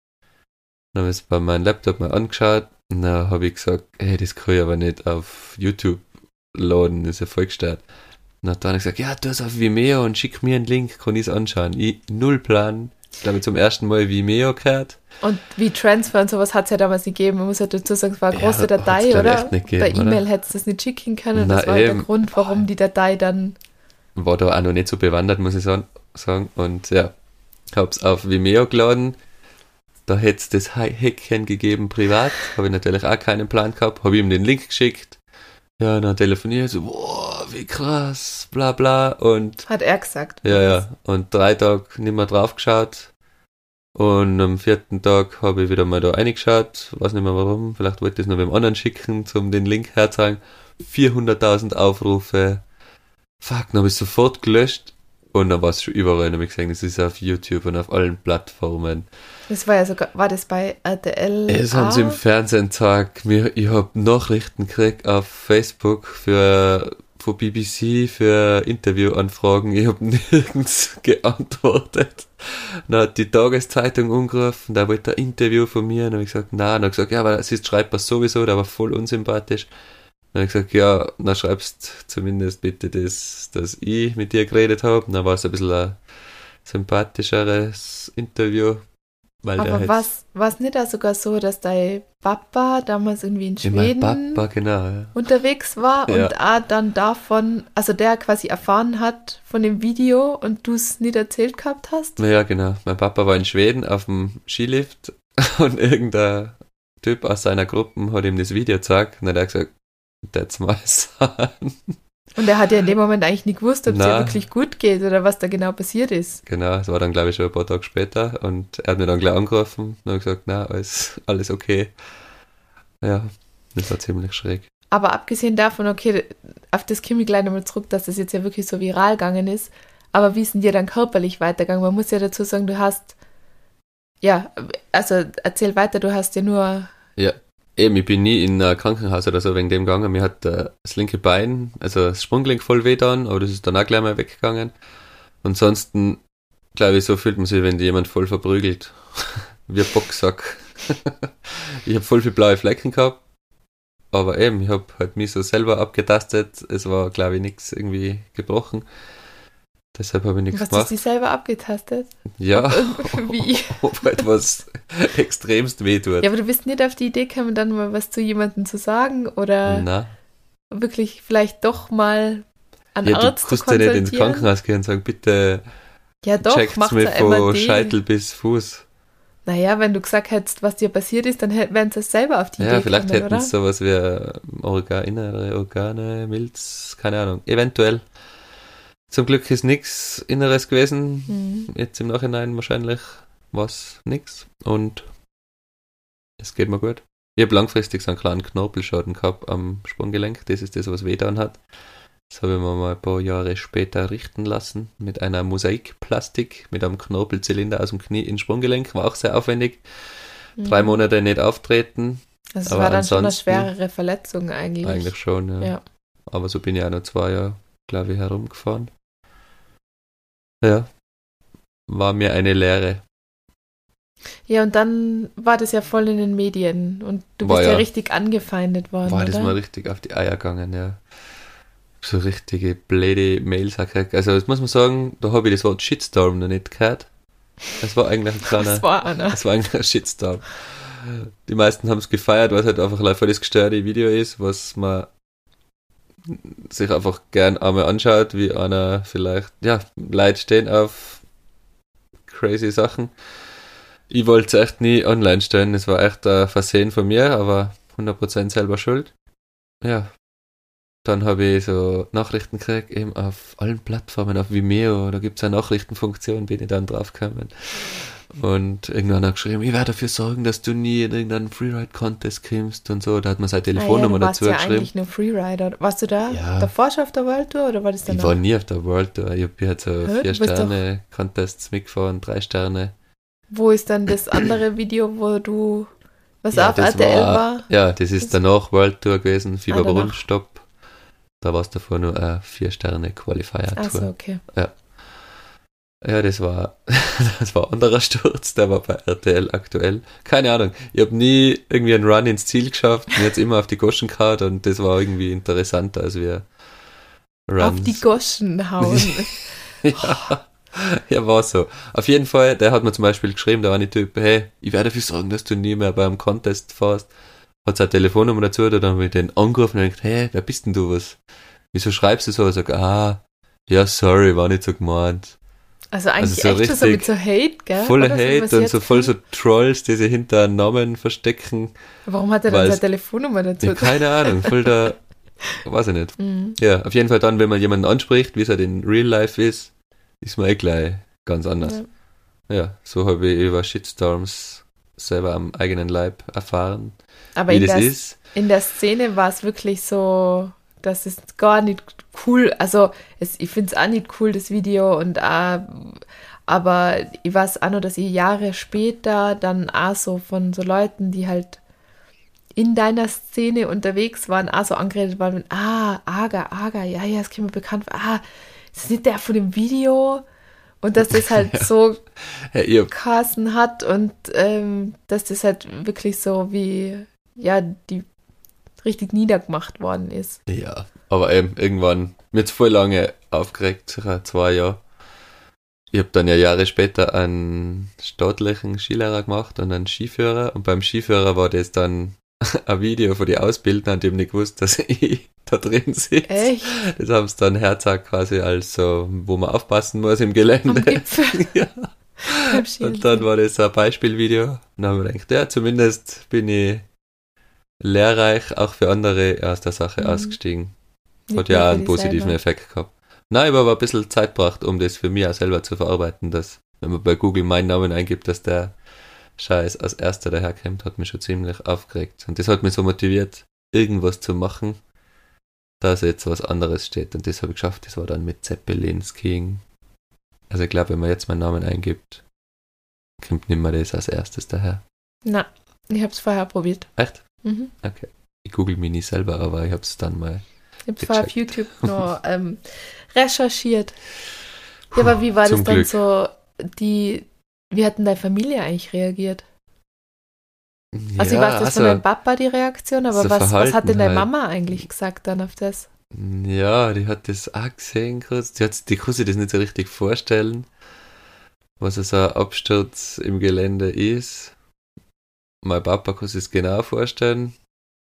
Dann habe ich es bei meinem Laptop mal angeschaut. Und dann habe ich gesagt, hey, das kann ich aber nicht auf YouTube laden, das ist ja voll gestört. Und dann hat er gesagt, ja, du hast auf Vimeo und schick mir einen Link, kann ich es anschauen. Ich null Plan. Ich glaube, zum ersten Mal Vimeo gehört. Und wie Transfer und sowas hat es ja damals nicht gegeben. Man muss ja dazu sagen, es war eine große Ja, Datei, oder? Gegeben, Per E-Mail hättest du es nicht schicken können. Na, das war der Grund, warum die Datei dann... War da auch noch nicht so bewandert, muss ich sagen. Und ja, hab's auf Vimeo geladen. Da hätte es das Häkchen gegeben, privat. Habe ich natürlich auch keinen Plan gehabt. Habe ihm den Link geschickt. Ja, dann telefoniert so, wow, wie krass, bla bla. Und hat er gesagt. Ja. Und 3 Tage nicht mehr drauf geschaut. Und am 4. Tag habe ich wieder mal da reingeschaut. Weiß nicht mehr warum. Vielleicht wollte ich es noch beim anderen schicken, zum den Link herzeigen. 400.000 Aufrufe. Fuck, dann habe ich sofort gelöscht. Und dann war es schon überall. Dann habe ich gesehen, das ist auf YouTube und auf allen Plattformen. Das war ja sogar, war das bei RTL? Das haben sie im Fernsehen gesagt. Ich habe Nachrichten gekriegt auf Facebook von BBC für Interviewanfragen. Ich habe nirgends geantwortet. Dann hat die Tageszeitung angerufen, da wollte ein Interview von mir. Dann habe ich gesagt, nein. Dann habe ich gesagt, ja, aber sie schreibt was sowieso, der war voll unsympathisch. Dann habe ich gesagt, ja, dann schreibst zumindest bitte das, dass ich mit dir geredet habe. Dann war es ein bisschen ein sympathischeres Interview. Weil aber war es nicht auch sogar so, dass dein Papa damals irgendwie in Schweden genau, unterwegs war und auch dann davon, also der quasi erfahren hat von dem Video und du es nicht erzählt gehabt hast? Ja, genau. Mein Papa war in Schweden auf dem Skilift und irgendein Typ aus seiner Gruppe hat ihm das Video gezeigt und dann hat er gesagt, that's my son. Und er hat ja in dem Moment eigentlich nicht gewusst, ob es dir wirklich gut geht oder was da genau passiert ist. Genau, es war dann, glaube ich, schon ein paar Tage später und er hat mir dann gleich angerufen und hat gesagt, na, alles okay. Ja, das war ziemlich schräg. Aber abgesehen davon, okay, auf das komme ich gleich nochmal zurück, dass das jetzt ja wirklich so viral gegangen ist, aber wie ist denn dir dann körperlich weitergegangen? Man muss ja dazu sagen, du hast, ja, also erzähl weiter, du hast ja nur... Ja. Eben, ich bin nie in ein Krankenhaus oder so wegen dem gegangen. Mir hat das linke Bein, also das Sprunggelenk voll weh getan, aber das ist dann auch gleich mal weggegangen. Ansonsten, glaube ich, so fühlt man sich, wenn die jemand voll verprügelt. Wie ein Boxsack. Ich habe voll viele blaue Flecken gehabt. aber eben, ich habe halt mich so selber abgetastet. Es war, glaube ich, nichts irgendwie gebrochen. Deshalb habe ich nichts Was gemacht. hast du selber abgetastet? Ja, Wie? ob halt was extremst wehtut. Ja, aber du bist nicht auf die Idee gekommen, dann mal was zu jemandem zu sagen oder Na, wirklich vielleicht doch mal einen ja, du Arzt zu kannst ja nicht ins konsultieren? Krankenhaus gehen und sagen, bitte Ja, doch, checkt's macht's mir ja von MRT. Scheitel bis Fuß. Naja, wenn du gesagt hättest, was dir passiert ist, dann wären sie selber auf die Ja, Idee vielleicht gekommen, hätten oder? sie sowas wie innere Organe, Milz, keine Ahnung. Eventuell. Zum Glück ist nichts Inneres gewesen. Mhm. Jetzt im Nachhinein wahrscheinlich war es nichts. Und es geht mir gut. Ich habe langfristig so einen kleinen Knorpelschaden gehabt am Sprunggelenk. Das ist das, was wehgetan hat. Das habe ich mir mal ein paar Jahre später richten lassen. Mit einer Mosaikplastik, mit einem Knorpelzylinder aus dem Knie ins Sprunggelenk. War auch sehr aufwendig. 3 Mhm. Monate nicht auftreten. Also es aber war dann schon eine ansonsten- schwerere Verletzung eigentlich. Eigentlich schon, ja. Ja. Aber so bin ich auch noch 2 Jahre, glaube ich, herumgefahren. Ja. War mir eine Lehre. Ja, und dann war das ja voll in den Medien und du War bist ja ja- richtig angefeindet worden, War das oder? mal richtig auf die Eier gegangen, ja. So richtige blöde Mails gekriegt. Also, das muss man sagen, da habe ich das Wort Shitstorm noch nicht gehört. Es war eigentlich ein kleiner, Das war einer. es war eigentlich ein Shitstorm. Die meisten haben es gefeiert, weil es halt einfach ein volles gestörte Video ist, was man sich einfach gern einmal anschaut, wie einer vielleicht, ja, Leute stehen auf crazy Sachen. Ich wollte es echt nie online stellen, es war echt ein Versehen von mir, aber 100% selber schuld. Ja, dann habe ich so Nachrichten gekriegt, eben auf allen Plattformen, auf Vimeo, da gibt es eine Nachrichtenfunktion, bin ich dann draufgekommen. Und irgendwann hat geschrieben, ich werde dafür sorgen, dass du nie in irgendeinen Freeride-Contest kommst und so. Da hat man seine Telefonnummer du warst dazu ja geschrieben. eigentlich nur Freerider. Warst du da Ja. davor schon auf der World Tour oder war das Ich danach? war nie auf der World Tour. Ich habe halt so Hä? 4 Du bist doch- Sterne Contests mitgefahren, 3 Sterne. Wo ist dann das andere Video, wo du was Ja, auf das RTL war? Ja, das ist danach World Tour gewesen, FIBA danach. Rundstopp. Da war es davor nur eine 4 Sterne Qualifier Tour. Achso, okay. Ja, das war ein anderer Sturz, der war bei RTL aktuell. Keine Ahnung, ich habe nie irgendwie einen Run ins Ziel geschafft, mir jetzt immer auf die Goschen gehauen und das war irgendwie interessanter als wir Runs. Auf die Goschen hauen. Ja, war so. Auf jeden Fall, der hat mir zum Beispiel geschrieben, der eine Typ, hey, ich werde dafür sorgen, dass du nie mehr beim Contest fährst. Hat seine Telefonnummer dazu, dann habe ich den angerufen und gedacht, hey, wer bist denn du, was? Wieso schreibst du so? Ich sag, ja, sorry, war nicht so gemeint. Also eigentlich Also so echt so mit richtig so Hate, gell? Voller Oder so, was Hate und jetzt so voll kommt. so Trolls, die sich hinter Namen verstecken. Warum hat er dann Weil's- seine Telefonnummer dazu? Ja, keine Ahnung, voll da, weiß ich nicht. Mhm. Ja, auf jeden Fall dann, wenn man jemanden anspricht, wie es halt in Real Life ist man eh gleich ganz anders. Ja, so habe ich über Shitstorms selber am eigenen Leib erfahren, Aber wie in das der, ist. in der Szene war es wirklich so, das ist gar nicht cool. Also ich finde es auch nicht cool, das Video, und aber ich weiß auch noch, dass ich Jahre später dann auch so von so Leuten, die halt in deiner Szene unterwegs waren, auch so angeredet waren, mit, Aga, ja, das kommt mir bekannt vor. Ist das nicht der von dem Video? Und dass das halt so Hey, ihr, Carsten hat und dass das halt wirklich so wie, ja, die richtig niedergemacht worden ist. ja, aber eben irgendwann, mir hat's voll lange aufgeregt, sicher 2 Jahre. Ich habe dann ja Jahre später einen staatlichen Skilehrer gemacht und einen Skiführer, und beim Skiführer war das dann ein Video von die Ausbildner, an dem nicht gewusst, dass ich da drin sitze. Echt? Das haben sie dann herzagt quasi als so, wo man aufpassen muss im Gelände. Am Gipfel. Ja. Beim Skifahren. Und dann war das ein Beispielvideo. Und dann haben wir gedacht, ja, zumindest bin ich lehrreich auch für andere aus der Sache ausgestiegen. Nicht Hat nur ja für einen dich positiven selber. Effekt gehabt. Nein, aber ein bisschen Zeit braucht, um das für mich auch selber zu verarbeiten, dass, wenn man bei Google meinen Namen eingibt, dass der Scheiß als erster daherkommt, hat mich schon ziemlich aufgeregt. Und das hat mich so motiviert, irgendwas zu machen, dass jetzt was anderes steht. Und das habe ich geschafft. Das war dann mit Zeppelin Skiing. Also ich glaube, wenn man jetzt meinen Namen eingibt, kommt nicht mehr das als erstes daher. Na, ich habe es vorher probiert. Echt? Mhm. Okay. Ich google mich nicht selber, aber ich habe es dann mal. Ich habe es vorher auf Gecheckt. YouTube noch recherchiert. Ja, aber wie war das Zum dann Glück. so, wie hat denn deine Familie eigentlich reagiert? Also ich weiß das von deinem Papa, die Reaktion, aber so was hat denn deine halt. Mama eigentlich gesagt dann auf das? Ja, die hat das auch gesehen kurz. Die kann sich das nicht so richtig vorstellen, was so ein Absturz im Gelände ist. Mein Papa kann sich das genau vorstellen.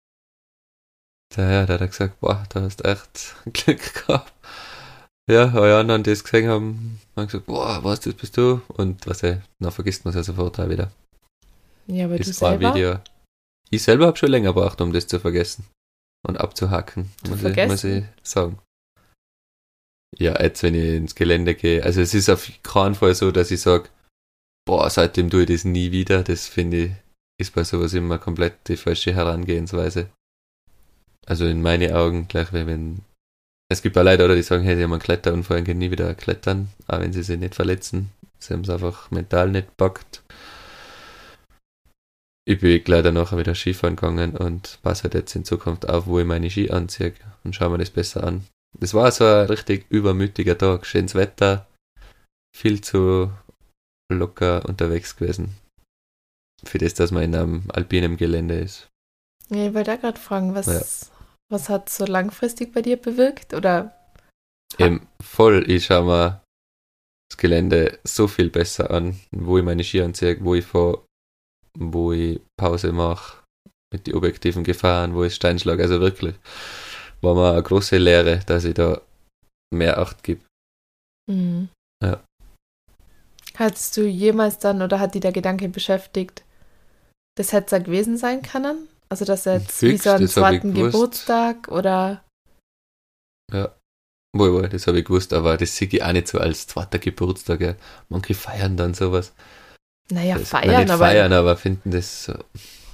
Der hat gesagt, boah, da hast echt Glück gehabt. Ja, alle anderen, die es gesehen haben gesagt, boah, was, das bist du? Und dann vergisst man es ja sofort auch wieder. Ja, aber du Das war ein selber? Video. Ich selber habe schon länger gebraucht, um das zu vergessen und abzuhacken, muss ich sagen. Ja, jetzt, wenn ich ins Gelände gehe, also es ist auf keinen Fall so, dass ich sage, boah, seitdem tue ich das nie wieder. Das finde ich, ist bei sowas immer komplett die falsche Herangehensweise. Also in meinen Augen, gleich wie wenn, es gibt auch Leute, oder die sagen, hey, sie haben einen Kletterunfall und gehen nie wieder klettern, auch wenn sie sich nicht verletzen. Sie haben es einfach mental nicht gepackt. Ich bin gleich danach wieder Skifahren gegangen und passe halt jetzt in Zukunft auf, wo ich meine Ski anziehe und schaue mir das besser an. Das war so ein richtig übermütiger Tag. Schönes Wetter, viel zu locker unterwegs gewesen. Für das, dass man in einem alpinen Gelände ist. Ja, ich wollte da gerade fragen, Ja. was hat so langfristig bei dir bewirkt? Oder Eben voll, ich schaue mir das Gelände so viel besser an, wo ich meine Ski anziehe, wo ich fahre, wo ich Pause mache, mit den objektiven Gefahren, wo ich Steinschlag, also wirklich, war mir eine große Lehre, dass ich da mehr Acht gebe. Mhm. Ja. Hattest du jemals dann oder hat dich der Gedanke beschäftigt, das hätte es ja gewesen sein können? Also dass er jetzt wie Fix, so einen das hab ich zweiten gewusst. Geburtstag oder Ja. Wohl, das habe ich gewusst, aber das sehe ich auch nicht so als zweiter Geburtstag. Ja. Manche feiern dann sowas. naja, Nicht feiern, aber feiern, aber finden das so.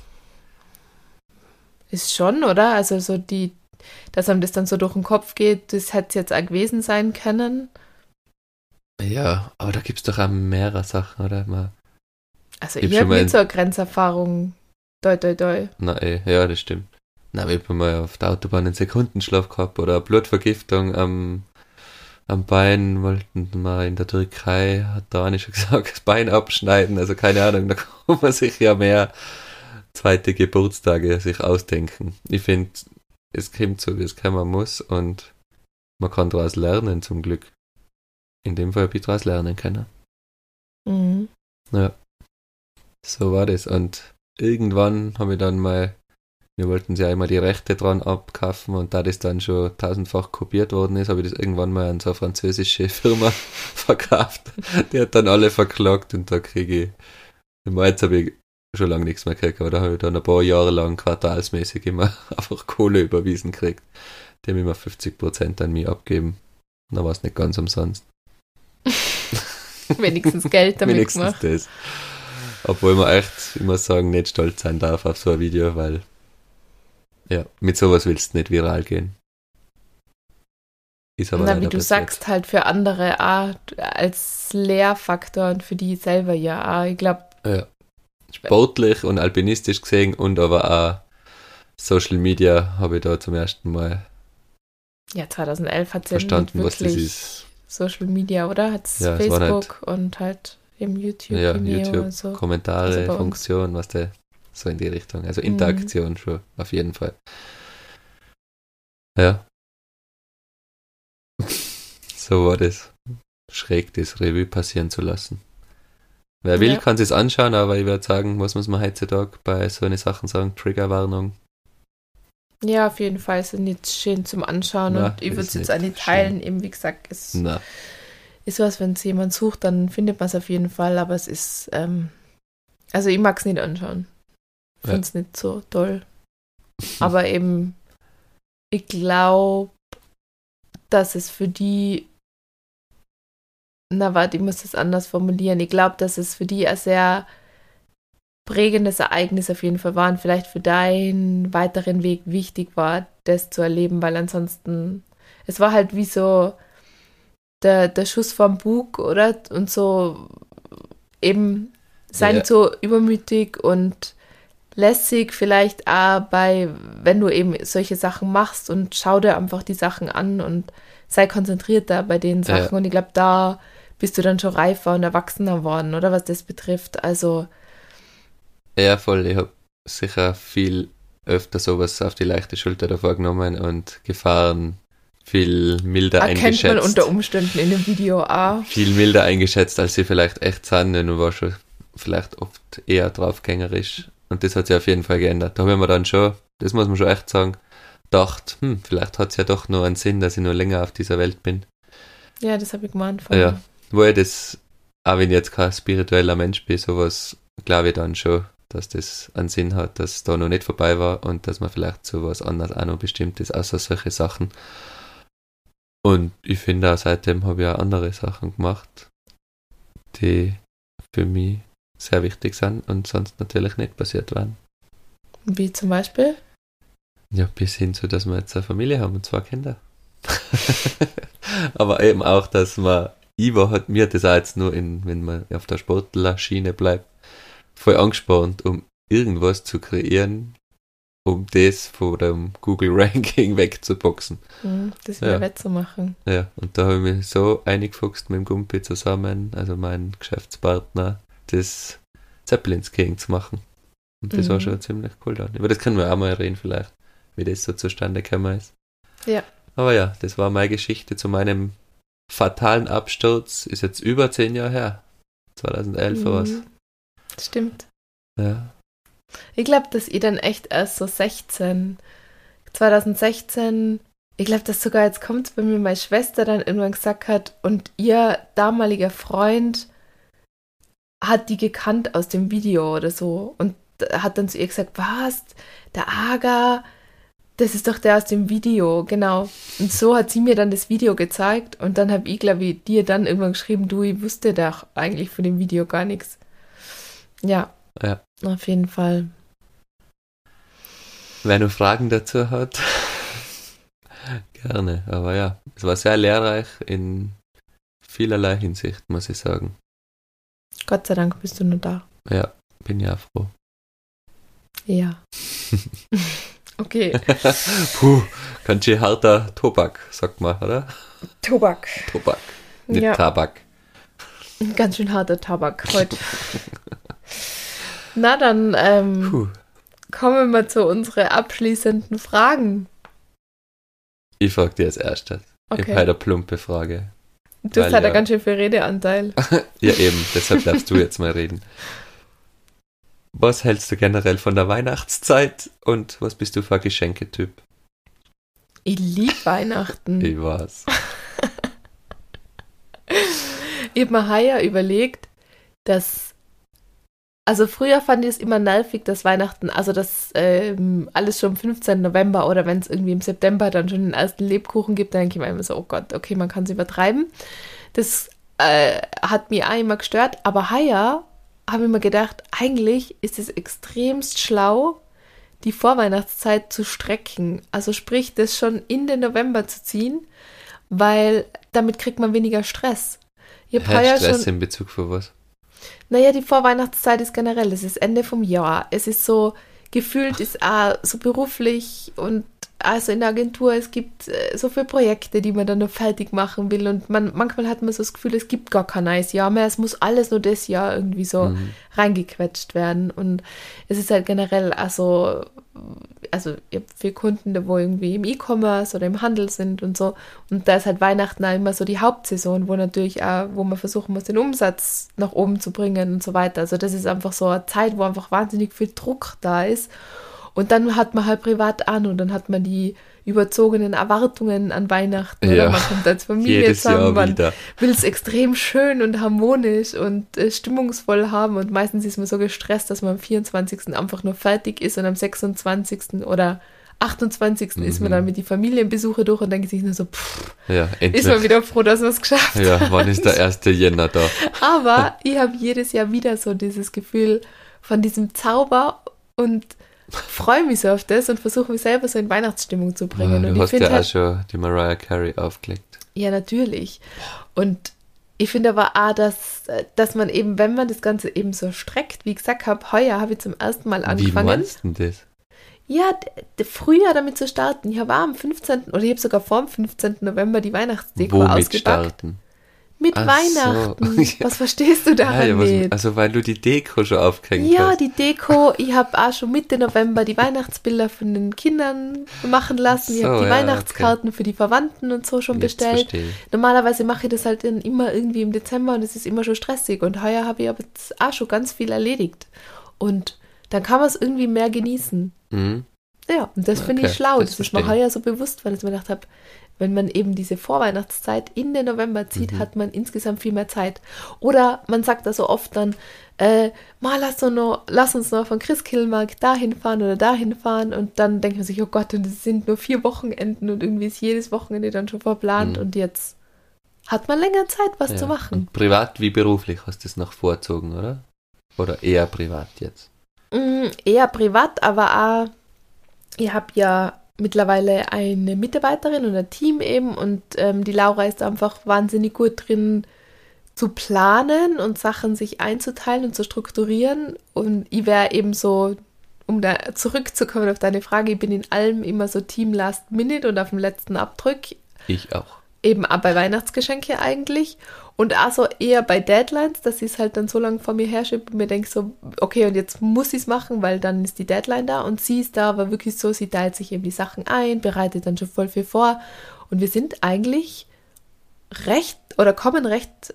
ist schon, oder? Also so dass einem das dann so durch den Kopf geht, das hätte es jetzt auch gewesen sein können. Ja, aber da gibt es doch auch mehrere Sachen, oder? Also Ich hab ich schon habe mal nicht so eine Grenzerfahrung. Doi, doi, doi. Nein, ja, das stimmt. Na, ich habe mal auf der Autobahn einen Sekundenschlaf gehabt oder eine Blutvergiftung am Bein, wollten wir in der Türkei, hat der eine schon gesagt, das Bein abschneiden, also keine Ahnung, da kann man sich ja mehr zweite Geburtstage sich ausdenken. Ich finde, es kommt so, wie es kommen muss und man kann daraus lernen, zum Glück. In dem Fall habe ich daraus lernen können. Mhm. Ja, so war das. Und irgendwann habe ich dann mal, wir wollten ja immer die Rechte dran abkaufen und da das dann schon tausendfach kopiert worden ist, habe ich das irgendwann mal an so eine französische Firma verkauft. Die hat dann alle verklagt und da kriege ich, jetzt habe ich schon lange nichts mehr gekriegt, aber da habe ich dann ein paar Jahre lang quartalsmäßig immer einfach Kohle überwiesen gekriegt. Die haben immer 50% an mich abgeben. Und dann war es nicht ganz umsonst. Wenigstens Geld damit Wenigstens gemacht. das. Obwohl man echt, ich muss sagen, nicht stolz sein darf auf so ein Video, weil ja, mit sowas willst du nicht viral gehen. Ist aber Na, leider wie du passiert. sagst, halt für andere auch als Lehrfaktor und für die selber ja auch. Ich glaube, Ja. Sportlich und alpinistisch gesehen und aber auch Social Media habe ich da zum ersten Mal ja, 2011 hat es ja nicht verstanden, was das wirklich ist. Social Media, oder? Hat es Ja, es war Facebook und halt eben YouTube, Ja, Vimeo YouTube, und so. Kommentare, Also bei uns. Funktion, was der so in die Richtung. Also Interaktion schon, auf jeden Fall. Ja. So war das. Schräg, das Revue passieren zu lassen. Wer will, Ja. kann es anschauen, aber ich würde sagen, was muss man heutzutage bei so eine Sachen sagen? Triggerwarnung. Ja, auf jeden Fall sind jetzt schön zum Anschauen Na, und ich würde es ist jetzt nicht auch nicht teilen. Eben, wie gesagt, es Na, ist was, wenn es jemand sucht, dann findet man es auf jeden Fall, aber es ist, also ich mag es nicht anschauen. Ja. Finde es nicht so toll. Aber eben, ich glaube, dass es für die, na warte, ich muss das anders formulieren. Ich glaube, dass es für die ein sehr prägendes Ereignis auf jeden Fall war und vielleicht für deinen weiteren Weg wichtig war, das zu erleben, weil ansonsten, es war halt wie so der Schuss vom Bug, oder? Und so eben sei Ja. nicht so übermütig und lässig vielleicht auch wenn du eben solche Sachen machst und schau dir einfach die Sachen an und sei konzentrierter bei den Sachen. Ja. Und ich glaube, da bist du dann schon reifer und erwachsener worden, oder was das betrifft. Also, ja, voll. Ich habe sicher viel öfter sowas auf die leichte Schulter davor genommen und Gefahren viel milder Erkennt man eingeschätzt. unter Umständen in dem Video auch. Viel milder eingeschätzt, als sie vielleicht echt sind und war schon vielleicht oft eher draufgängerisch. Und das hat sich auf jeden Fall geändert. Da habe ich mir dann schon, das muss man schon echt sagen, gedacht, vielleicht hat es ja doch nur einen Sinn, dass ich nur länger auf dieser Welt bin. Ja, das habe ich gemeint. Von Ja, wo ich das, auch wenn ich jetzt kein spiritueller Mensch bin, sowas glaube ich dann schon, dass das einen Sinn hat, dass es da noch nicht vorbei war und dass man vielleicht sowas anderes auch noch bestimmt ist, außer solche Sachen. Und ich finde auch, seitdem habe ich auch andere Sachen gemacht, die für mich sehr wichtig sind und sonst natürlich nicht passiert wären. Wie zum Beispiel? Ja, bis hin zu, dass wir jetzt eine Familie haben und 2 Kinder. Aber eben auch, dass man, Ivo hat mir das auch jetzt nur wenn man auf der Sportlerschiene bleibt, voll angespornt, um irgendwas zu kreieren, um das von dem Google Ranking wegzuboxen. Das wieder wettzumachen. Ja, und da habe ich mich so eingefuchst mit dem Gumpi zusammen, also mein Geschäftspartner, das Zeppelins-King zu machen. Und das war schon ziemlich cool dann. Über das können wir auch mal reden vielleicht, wie das so zustande gekommen ist. Ja. Aber ja, das war meine Geschichte zu meinem fatalen Absturz. Ist jetzt über 10 Jahre her. 2011 war es. Stimmt. Ja. Ich glaube, dass ich dann echt erst so 2016, ich glaube, dass sogar jetzt kommt bei mir meine Schwester dann irgendwann gesagt hat und ihr damaliger Freund hat die gekannt aus dem Video oder so und hat dann zu ihr gesagt, was, der Aga, das ist doch der aus dem Video, genau. Und so hat sie mir dann das Video gezeigt und dann habe ich, glaube ich, dir dann irgendwann geschrieben, du, ich wusste doch eigentlich von dem Video gar nichts. Ja, auf jeden Fall. Wer noch Fragen dazu hat, gerne. Aber ja, es war sehr lehrreich in vielerlei Hinsicht, muss ich sagen. Gott sei Dank bist du nur da. Ja, bin ja froh. Ja. Okay. Puh, ganz schön harter Tobak, sagt man, oder? Tobak. Nicht Ja. Tabak. Ganz schön harter Tabak heute. Na dann kommen wir zu unseren abschließenden Fragen. Ich frage dir als erstes. Okay. Ich habe eine plumpe Frage. Du hast halt ganz schön viel Redeanteil. Ja eben, deshalb darfst du jetzt mal reden. Was hältst du generell von der Weihnachtszeit und was bist du für ein Geschenketyp? Ich liebe Weihnachten. Ich weiß. Ich habe mir heuer überlegt, dass, also früher fand ich es immer nervig, dass Weihnachten, also dass alles schon am 15. November oder wenn es irgendwie im September dann schon den ersten Lebkuchen gibt, dann denke ich mir immer so, oh Gott, okay, man kann es übertreiben. Das hat mich auch immer gestört, aber heuer habe ich mir gedacht, eigentlich ist es extremst schlau, die Vorweihnachtszeit zu strecken. Also sprich, das schon in den November zu ziehen, weil damit kriegt man weniger Stress. Ich habe heuer Stress schon, in Bezug für was? naja, die Vorweihnachtszeit ist generell, es ist Ende vom Jahr. Es ist so, gefühlt ist auch so beruflich und also in der Agentur, es gibt so viele Projekte, die man dann noch fertig machen will und manchmal hat man so das Gefühl, es gibt gar kein neues Jahr mehr, es muss alles nur das Jahr irgendwie so reingequetscht werden und es ist halt generell also ich habe viele Kunden, die wo irgendwie im E-Commerce oder im Handel sind und so und da ist halt Weihnachten auch immer so die Hauptsaison, wo natürlich auch, wo man versuchen muss, den Umsatz nach oben zu bringen und so weiter, also das ist einfach so eine Zeit, wo einfach wahnsinnig viel Druck da ist. Und dann hat man halt privat an und dann hat man die überzogenen Erwartungen an Weihnachten. Ja, oder man kommt als Familie jedes zusammen, Jahr man wieder. will es extrem schön und harmonisch und stimmungsvoll haben und meistens ist man so gestresst, dass man am 24. einfach nur fertig ist und am 26. oder 28. ist man dann mit die Familienbesuche durch und denkt sich nur so, ja, endlich. ist man wieder froh, dass man es geschafft hat. Ja, wann ist der 1. Jänner da? Aber ich habe jedes Jahr wieder so dieses Gefühl von diesem Zauber und freue mich so auf das und versuche mich selber so in Weihnachtsstimmung zu bringen. Du und hast ich ja halt, auch schon die Mariah Carey aufgelegt. Ja, natürlich. Und ich finde aber auch, dass man eben, wenn man das Ganze eben so streckt, wie ich gesagt habe, heuer habe ich zum ersten Mal angefangen. Wie meinst du denn das? Ja, früher damit zu starten. Ich habe am 15. oder ich habe sogar vor dem 15. November die Weihnachtsdeko Womit ausgepackt. starten? Mit Ach Weihnachten. so. Was verstehst du daran nicht? Also weil du die Deko schon aufgehängt Ja, hast. die Deko. Ich habe auch schon Mitte November die Weihnachtsbilder von den Kindern machen lassen. Ich So, habe die ja, Weihnachtskarten für die Verwandten und so schon Jetzt bestellt. verstehe ich. Normalerweise mache ich das halt dann immer irgendwie im Dezember und es ist immer schon stressig. Und heuer habe ich aber jetzt auch schon ganz viel erledigt. Und dann kann man es irgendwie mehr genießen. Mhm. Ja, und das finde ich Okay, schlau. das Das ist mir verstehe ich. heuer so bewusst, weil ich mir gedacht habe, wenn man eben diese Vorweihnachtszeit in den November zieht, hat man insgesamt viel mehr Zeit. Oder man sagt da so oft dann, lass uns noch von Christkindlmarkt dahin fahren oder dahin fahren. Und dann denkt man sich, oh Gott, und es sind nur 4 Wochenenden und irgendwie ist jedes Wochenende dann schon verplant und jetzt hat man länger Zeit, was zu machen. Und privat wie beruflich hast du es noch vorzogen, oder? Oder eher privat jetzt? Eher privat, aber auch, ich habe ja mittlerweile eine Mitarbeiterin und ein Team eben und die Laura ist einfach wahnsinnig gut drin zu planen und Sachen sich einzuteilen und zu strukturieren und ich wäre eben so, um da zurückzukommen auf deine Frage, ich bin in allem immer so Team Last Minute und auf dem letzten Abdruck, Ich auch. eben auch bei Weihnachtsgeschenke eigentlich und auch so eher bei Deadlines, dass ich es halt dann so lange vor mir herschiebe und mir denke so, okay, und jetzt muss ich es machen, weil dann ist die Deadline da und sie ist da aber wirklich so, sie teilt sich eben die Sachen ein, bereitet dann schon voll viel vor und wir sind eigentlich kommen recht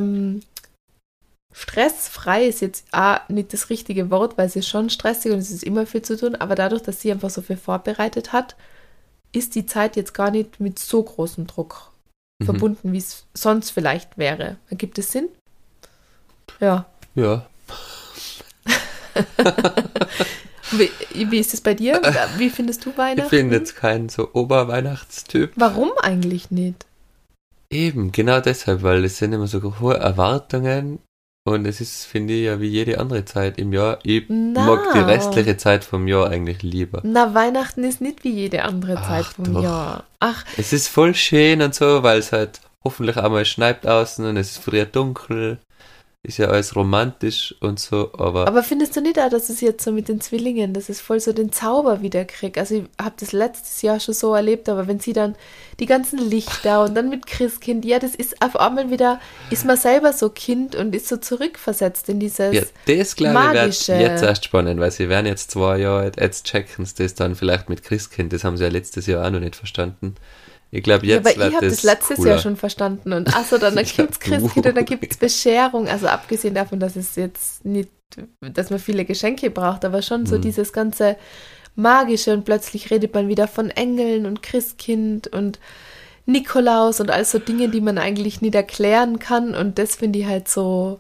stressfrei, ist jetzt auch nicht das richtige Wort, weil es ist schon stressig und es ist immer viel zu tun, aber dadurch, dass sie einfach so viel vorbereitet hat, ist die Zeit jetzt gar nicht mit so großem Druck verbunden, wie es sonst vielleicht wäre. Ergibt es Sinn? Ja. Ja. Wie ist es bei dir? Wie findest du Ich Weihnachten? bin jetzt kein so Oberweihnachtstyp. Warum eigentlich nicht? Eben, genau deshalb, weil es sind immer so hohe Erwartungen und es ist, finde ich, ja wie jede andere Zeit im Jahr. Ich mag die restliche Zeit vom Jahr eigentlich lieber. Na, Weihnachten ist nicht wie jede andere Zeit Ach, vom doch. Jahr. Ach, Es ist voll schön und so, weil es halt hoffentlich auch mal schneit außen und es ist früher dunkel. Ist ja alles romantisch und so, aber findest du nicht auch, dass es jetzt so mit den Zwillingen, dass es voll so den Zauber wieder kriegt? Also ich habe das letztes Jahr schon so erlebt, aber wenn sie dann die ganzen Lichter und dann mit Christkind, ja, das ist auf einmal wieder, ist man selber so Kind und ist so zurückversetzt in dieses ja, das glaube ich wird Magische. jetzt erst spannend, weil sie werden jetzt 2 Jahre alt, jetzt checken sie das dann vielleicht mit Christkind, das haben sie ja letztes Jahr auch noch nicht verstanden. Ich glaube, Ja, jetzt aber wird ich habe das das letztes cooler. Jahr schon verstanden. Und achso, dann Ja, gibt es Christkind und dann gibt es Bescherung. Also abgesehen davon, dass es jetzt nicht, dass man viele Geschenke braucht, aber schon so dieses ganze Magische und plötzlich redet man wieder von Engeln und Christkind und Nikolaus und all so Dinge, die man eigentlich nicht erklären kann. Und das finde ich halt so,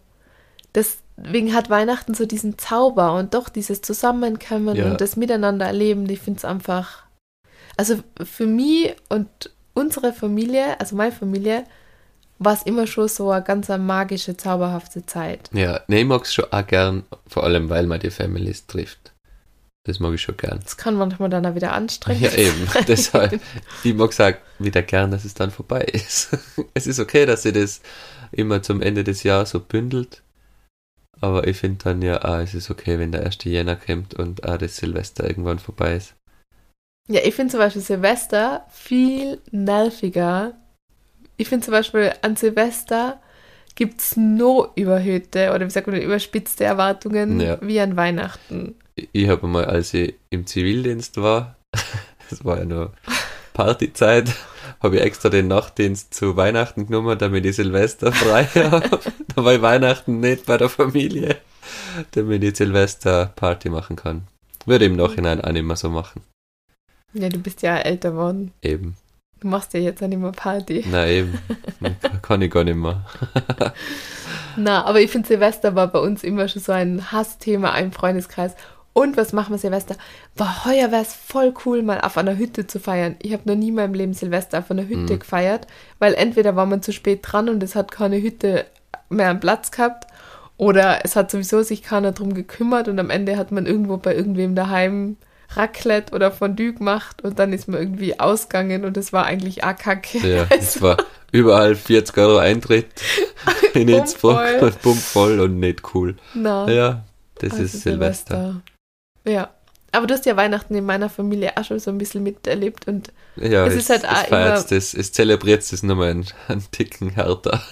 deswegen hat Weihnachten so diesen Zauber und doch dieses Zusammenkommen Ja. und das Miteinander erleben. Ich finde es einfach, also für mich und unsere Familie, also meine Familie, war es immer schon so eine ganz magische, zauberhafte Zeit. Ja, nee, ich mag es schon auch gern, vor allem, weil man die Families trifft. Das mag ich schon gern. Das kann manchmal dann auch wieder anstrengend Ja, eben. sein. Deshalb, ich mag sagen, wieder gern, dass es dann vorbei ist. Es ist okay, dass sie das immer zum Ende des Jahres so bündelt. Aber ich finde dann ja, es ist okay, wenn der 1. Jänner kommt und auch das Silvester irgendwann vorbei ist. Ja, ich finde zum Beispiel Silvester viel nerviger. Ich finde zum Beispiel an Silvester gibt es nur überhöhte oder wie sagt man, überspitzte Erwartungen Ja. wie an Weihnachten. Ich habe mal, als ich im Zivildienst war, das war ja nur Partyzeit, habe ich extra den Nachtdienst zu Weihnachten genommen, damit ich Silvester frei habe. Da war ich Weihnachten nicht bei der Familie, damit ich Silvester-Party machen kann. Würde im Nachhinein auch nicht mehr so machen. Ja, du bist ja älter geworden. Eben. Du machst ja jetzt auch nicht mehr Party. Na eben. Kann ich gar nicht mehr. Na, aber ich finde, Silvester war bei uns immer schon so ein Hassthema im Freundeskreis. Und was machen wir Silvester? Boah, heuer wäre es voll cool, mal auf einer Hütte zu feiern. Ich habe noch nie in meinem Leben Silvester auf einer Hütte gefeiert, weil entweder war man zu spät dran und es hat keine Hütte mehr am Platz gehabt oder es hat sowieso sich keiner drum gekümmert und am Ende hat man irgendwo bei irgendwem daheim Raclette oder Fondue gemacht und dann ist man irgendwie ausgegangen und es war eigentlich auch kacke. Ja, es war überall 40 € Eintritt in Innsbruck Pumpvoll. und pumpvoll und nicht cool. Na. Ja, das Also ist Silvester. Ja. Aber du hast ja Weihnachten in meiner Familie auch schon so ein bisschen miterlebt und Ja, Es ist halt auch es zelebriert es nochmal einen Ticken härter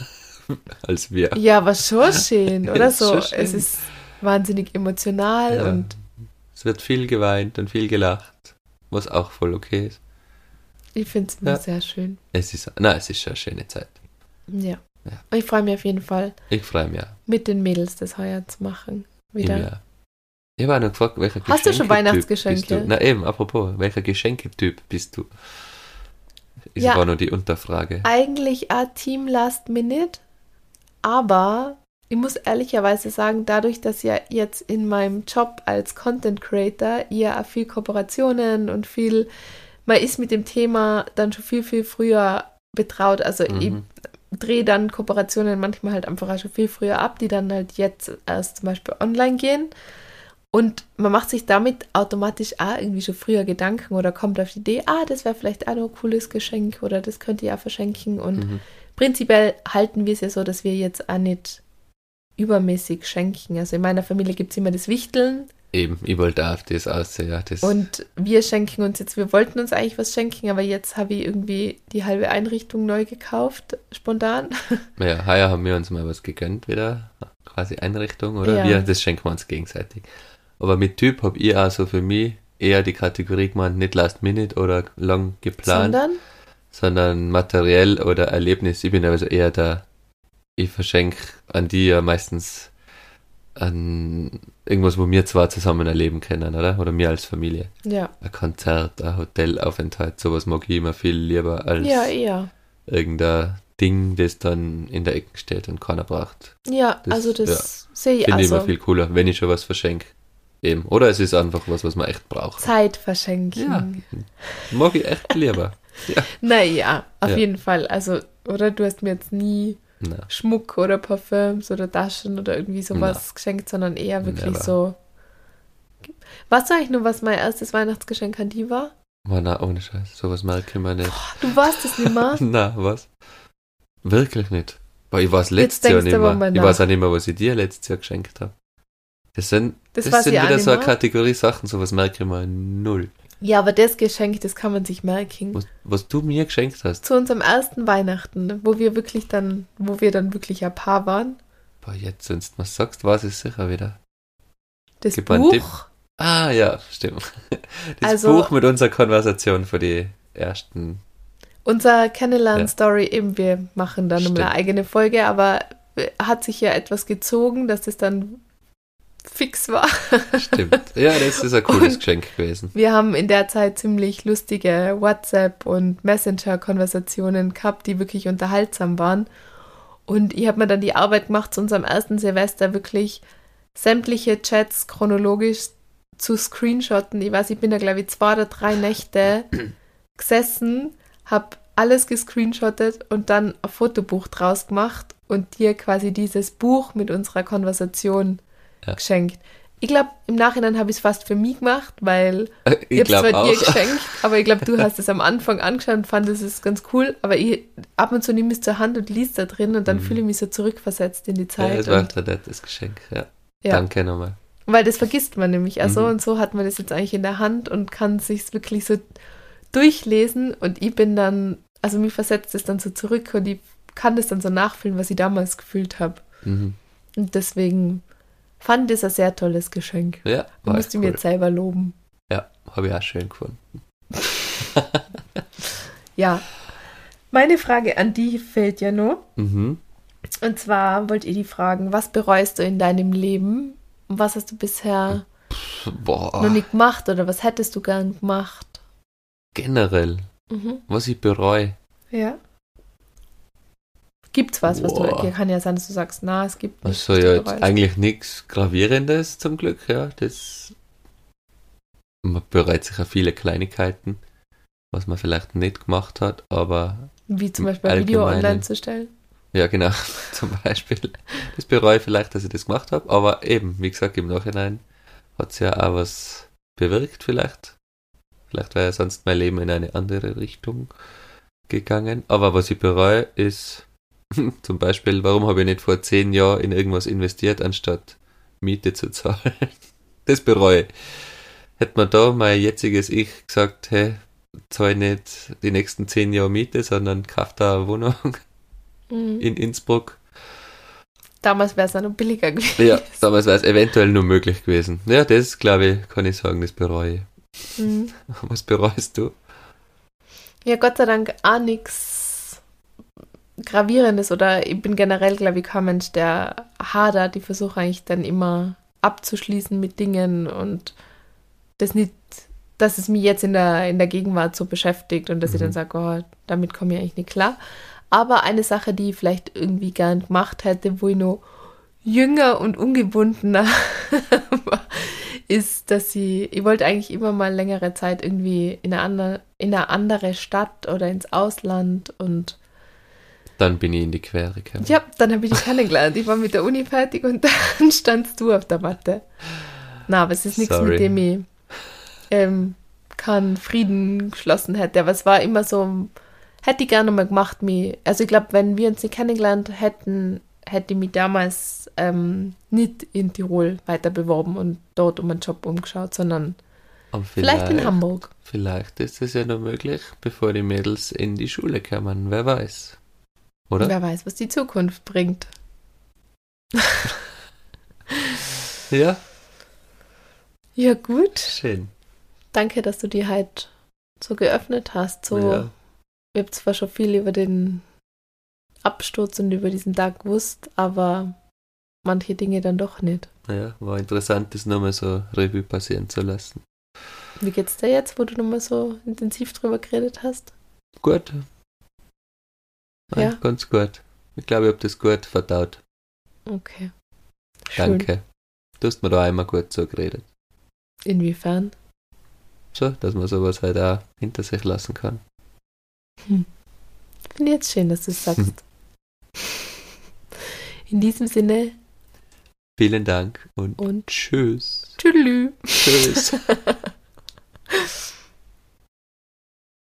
als wir. Ja, aber schon schön, oder Ist so. schon schön. Es ist wahnsinnig emotional Ja. und Es wird viel geweint und viel gelacht, was auch voll okay ist. ich finde es immer Ja. sehr schön. Es ist schon eine schöne Zeit. Ja. Ja. Und ich freue mich auf jeden Fall, Ich freue mich auch. mit den Mädels das heuer zu machen. Wieder. Im Jahr. Ich habe auch noch gefragt, welcher Hast du schon Geschenketyp Weihnachtsgeschenke? bist du? Na eben, apropos, welcher Geschenketyp bist du? Ist Ja. aber noch die Unterfrage. Eigentlich auch Team Last Minute, aber ich muss ehrlicherweise sagen, dadurch, dass ja jetzt in meinem Job als Content Creator ihr auch viel Kooperationen und viel, man ist mit dem Thema dann schon viel, viel früher betraut. Also ich drehe dann Kooperationen manchmal halt einfach auch schon viel früher ab, die dann halt jetzt erst zum Beispiel online gehen. Und man macht sich damit automatisch auch irgendwie schon früher Gedanken oder kommt auf die Idee, das wäre vielleicht auch noch ein cooles Geschenk oder das könnt ihr ja verschenken. Und prinzipiell halten wir es ja so, dass wir jetzt auch nicht übermäßig schenken. Also in meiner Familie gibt es immer das Wichteln Eben, ich wollte auch auf das aussehen. Ja, das und wir schenken uns jetzt, wir wollten uns eigentlich was schenken, aber jetzt habe ich irgendwie die halbe Einrichtung neu gekauft, spontan. ja, heuer haben wir uns mal was gegönnt wieder, quasi Einrichtung, oder? Ja. Das schenken wir uns gegenseitig. Aber mit Typ habe ich auch so für mich eher die Kategorie gemeint, nicht last minute oder lang geplant, sondern materiell oder Erlebnis. Ich bin also eher ich verschenke an die ja meistens an irgendwas, wo wir zwar zusammen erleben können, oder? Oder wir als Familie. Ja. Ein Konzert, ein Hotelaufenthalt, sowas mag ich immer viel lieber als Ja, eher. irgendein Ding, das dann in der Ecke steht und keiner braucht. Ja, Das- also das sehe ich Finde ich immer also. viel cooler, wenn ich schon was verschenke. Eben. Oder es ist einfach was man echt braucht. Zeit verschenken. Ja. Mag ich echt lieber. Ja. Naja, auf Ja. jeden Fall. Also, oder du hast mir jetzt nie Na, Schmuck oder Parfüms oder Taschen oder irgendwie sowas geschenkt, sondern eher wirklich Never. so. Was sag ich nur, was mein erstes Weihnachtsgeschenk an die war? na, ohne Scheiß. Sowas merke ich mir nicht. Du warst es nicht mehr. Na, was? Wirklich nicht. Boah, ich weiß letztes Jahr denkst nicht du aber mehr. mal Ich nach. weiß auch nicht mehr, was ich dir letztes Jahr geschenkt habe. Das sind Das weiß ich auch wieder nicht so eine mehr. Kategorie Sachen, sowas merke ich mir null. Ja, aber das Geschenk, das kann man sich merken. Was du mir geschenkt hast. Zu unserem ersten Weihnachten, wo wir dann wirklich ein Paar waren. Boah, jetzt, wenn du was sagst, weiß ich sicher wieder. Das Gib mal einen Buch. Tipp. Ah, ja, stimmt. Das Also- Buch mit unserer Konversation für die ersten. Unser Kennenlern-Story, eben, wir machen dann Stimmt. eine eigene Folge, aber hat sich ja etwas gezogen, dass das dann fix war. Stimmt. Ja, das ist ein cooles Und- Geschenk gewesen. Wir haben in der Zeit ziemlich lustige WhatsApp- und Messenger-Konversationen gehabt, die wirklich unterhaltsam waren. Und ich habe mir dann die Arbeit gemacht, zu unserem ersten Silvester wirklich sämtliche Chats chronologisch zu screenshotten. Ich weiß, ich bin da, glaube ich, 2 oder 3 Nächte gesessen, habe alles gescreenshottet und dann ein Fotobuch draus gemacht und dir quasi dieses Buch mit unserer Konversation Ja. geschenkt. Ich glaube, im Nachhinein habe ich es fast für mich gemacht, weil ich Ich habe es glaube zwar dir auch. geschenkt, aber ich glaube, du hast es am Anfang angeschaut und fandest es ganz cool, aber ich ab und zu nehme ich es zur Hand und liest da drin und dann fühle ich mich so zurückversetzt in die Ja, Zeit. das war und, ein nettes Geschenk. Ja. ja, Danke nochmal. weil das vergisst man nämlich. Also Mhm. und so hat man das jetzt eigentlich in der Hand und kann sich wirklich so durchlesen und ich bin dann, also mich versetzt es dann so zurück und ich kann das dann so nachfühlen, was ich damals gefühlt habe. Mhm. Und deswegen fand ich das ein sehr tolles Geschenk. Ja, Ich war musste cool. mir jetzt selber loben. Ja, habe ich auch schön gefunden. Ja, meine Frage an die fehlt ja noch. Mhm. Und zwar wollt ihr die fragen, was bereust du in deinem Leben? Und was hast du bisher Boah, noch nicht gemacht oder was hättest du gern gemacht? generell, Mhm. was ich bereue. Ja. Gibt's was du, Boah. kann ja sein, dass du sagst, na, es gibt nichts, Also was du ja, jetzt bereust. eigentlich nichts Gravierendes zum Glück, ja. Man bereut sich auf viele Kleinigkeiten, was man vielleicht nicht gemacht hat, aber Wie zum Beispiel ein Video Allgemeinen. online zu stellen. ja genau, zum Beispiel. Das bereue ich vielleicht, dass ich das gemacht habe, aber eben, wie gesagt, im Nachhinein hat es ja auch was bewirkt vielleicht. Vielleicht wäre ja sonst mein Leben in eine andere Richtung gegangen. Aber was ich bereue, ist zum Beispiel, warum habe ich nicht vor 10 Jahren in irgendwas investiert, anstatt Miete zu zahlen? Das bereue ich. Hätte man da mein jetziges Ich gesagt, hey, zahl nicht die nächsten 10 Jahre Miete, sondern kauf da eine Wohnung Mhm. in Innsbruck, Damals wäre es auch noch billiger gewesen. Ja, damals wäre es eventuell nur möglich gewesen. Ja, das, glaube ich, kann ich sagen, das bereue ich. Mhm. Was bereust du? Ja, Gott sei Dank auch nichts Gravierendes oder ich bin generell, glaube ich, kein Mensch, der hadert. Ich versuche eigentlich dann immer abzuschließen mit Dingen und das nicht, dass es mich jetzt in der Gegenwart so beschäftigt und dass ich dann sage, oh, damit komme ich eigentlich nicht klar. Aber eine Sache, die ich vielleicht irgendwie gern gemacht hätte, wo ich noch jünger und ungebundener war, ist, dass ich wollte eigentlich immer mal längere Zeit irgendwie in eine andere Stadt oder ins Ausland und Dann bin ich in die Quere gekommen. ja, dann habe ich dich kennengelernt. Ich war mit der Uni fertig und dann standst du auf der Matte. Na, aber es ist nichts, Sorry. mit dem ich keinen Frieden geschlossen hätte. Aber es war immer so, hätte ich gerne mal gemacht. Also ich glaube, wenn wir uns nicht kennengelernt hätten, hätte ich mich damals nicht in Tirol weiter beworben und dort um einen Job umgeschaut, sondern Und vielleicht in Hamburg. Vielleicht ist es ja noch möglich, bevor die Mädels in die Schule kommen. Wer weiß. Oder? Wer weiß, was die Zukunft bringt. Ja, Ja, gut. schön. Danke, dass du die halt so geöffnet hast. So, Ja. ich habe zwar schon viel über den Absturz und über diesen Tag gewusst, aber manche Dinge dann doch nicht. Ja, war interessant, das nochmal so Revue passieren zu lassen. Wie geht's dir jetzt, wo du nochmal so intensiv drüber geredet hast? Gut. Nein, Ja. ganz gut. Ich glaube, ich habe das gut verdaut. Okay. Schön. Danke. Du hast mir da einmal gut so geredet. Inwiefern? So, dass man sowas halt auch hinter sich lassen kann. Finde ich jetzt schön, dass du es sagst. In diesem Sinne Vielen Dank und und tschüss. tschüss. Tschüss.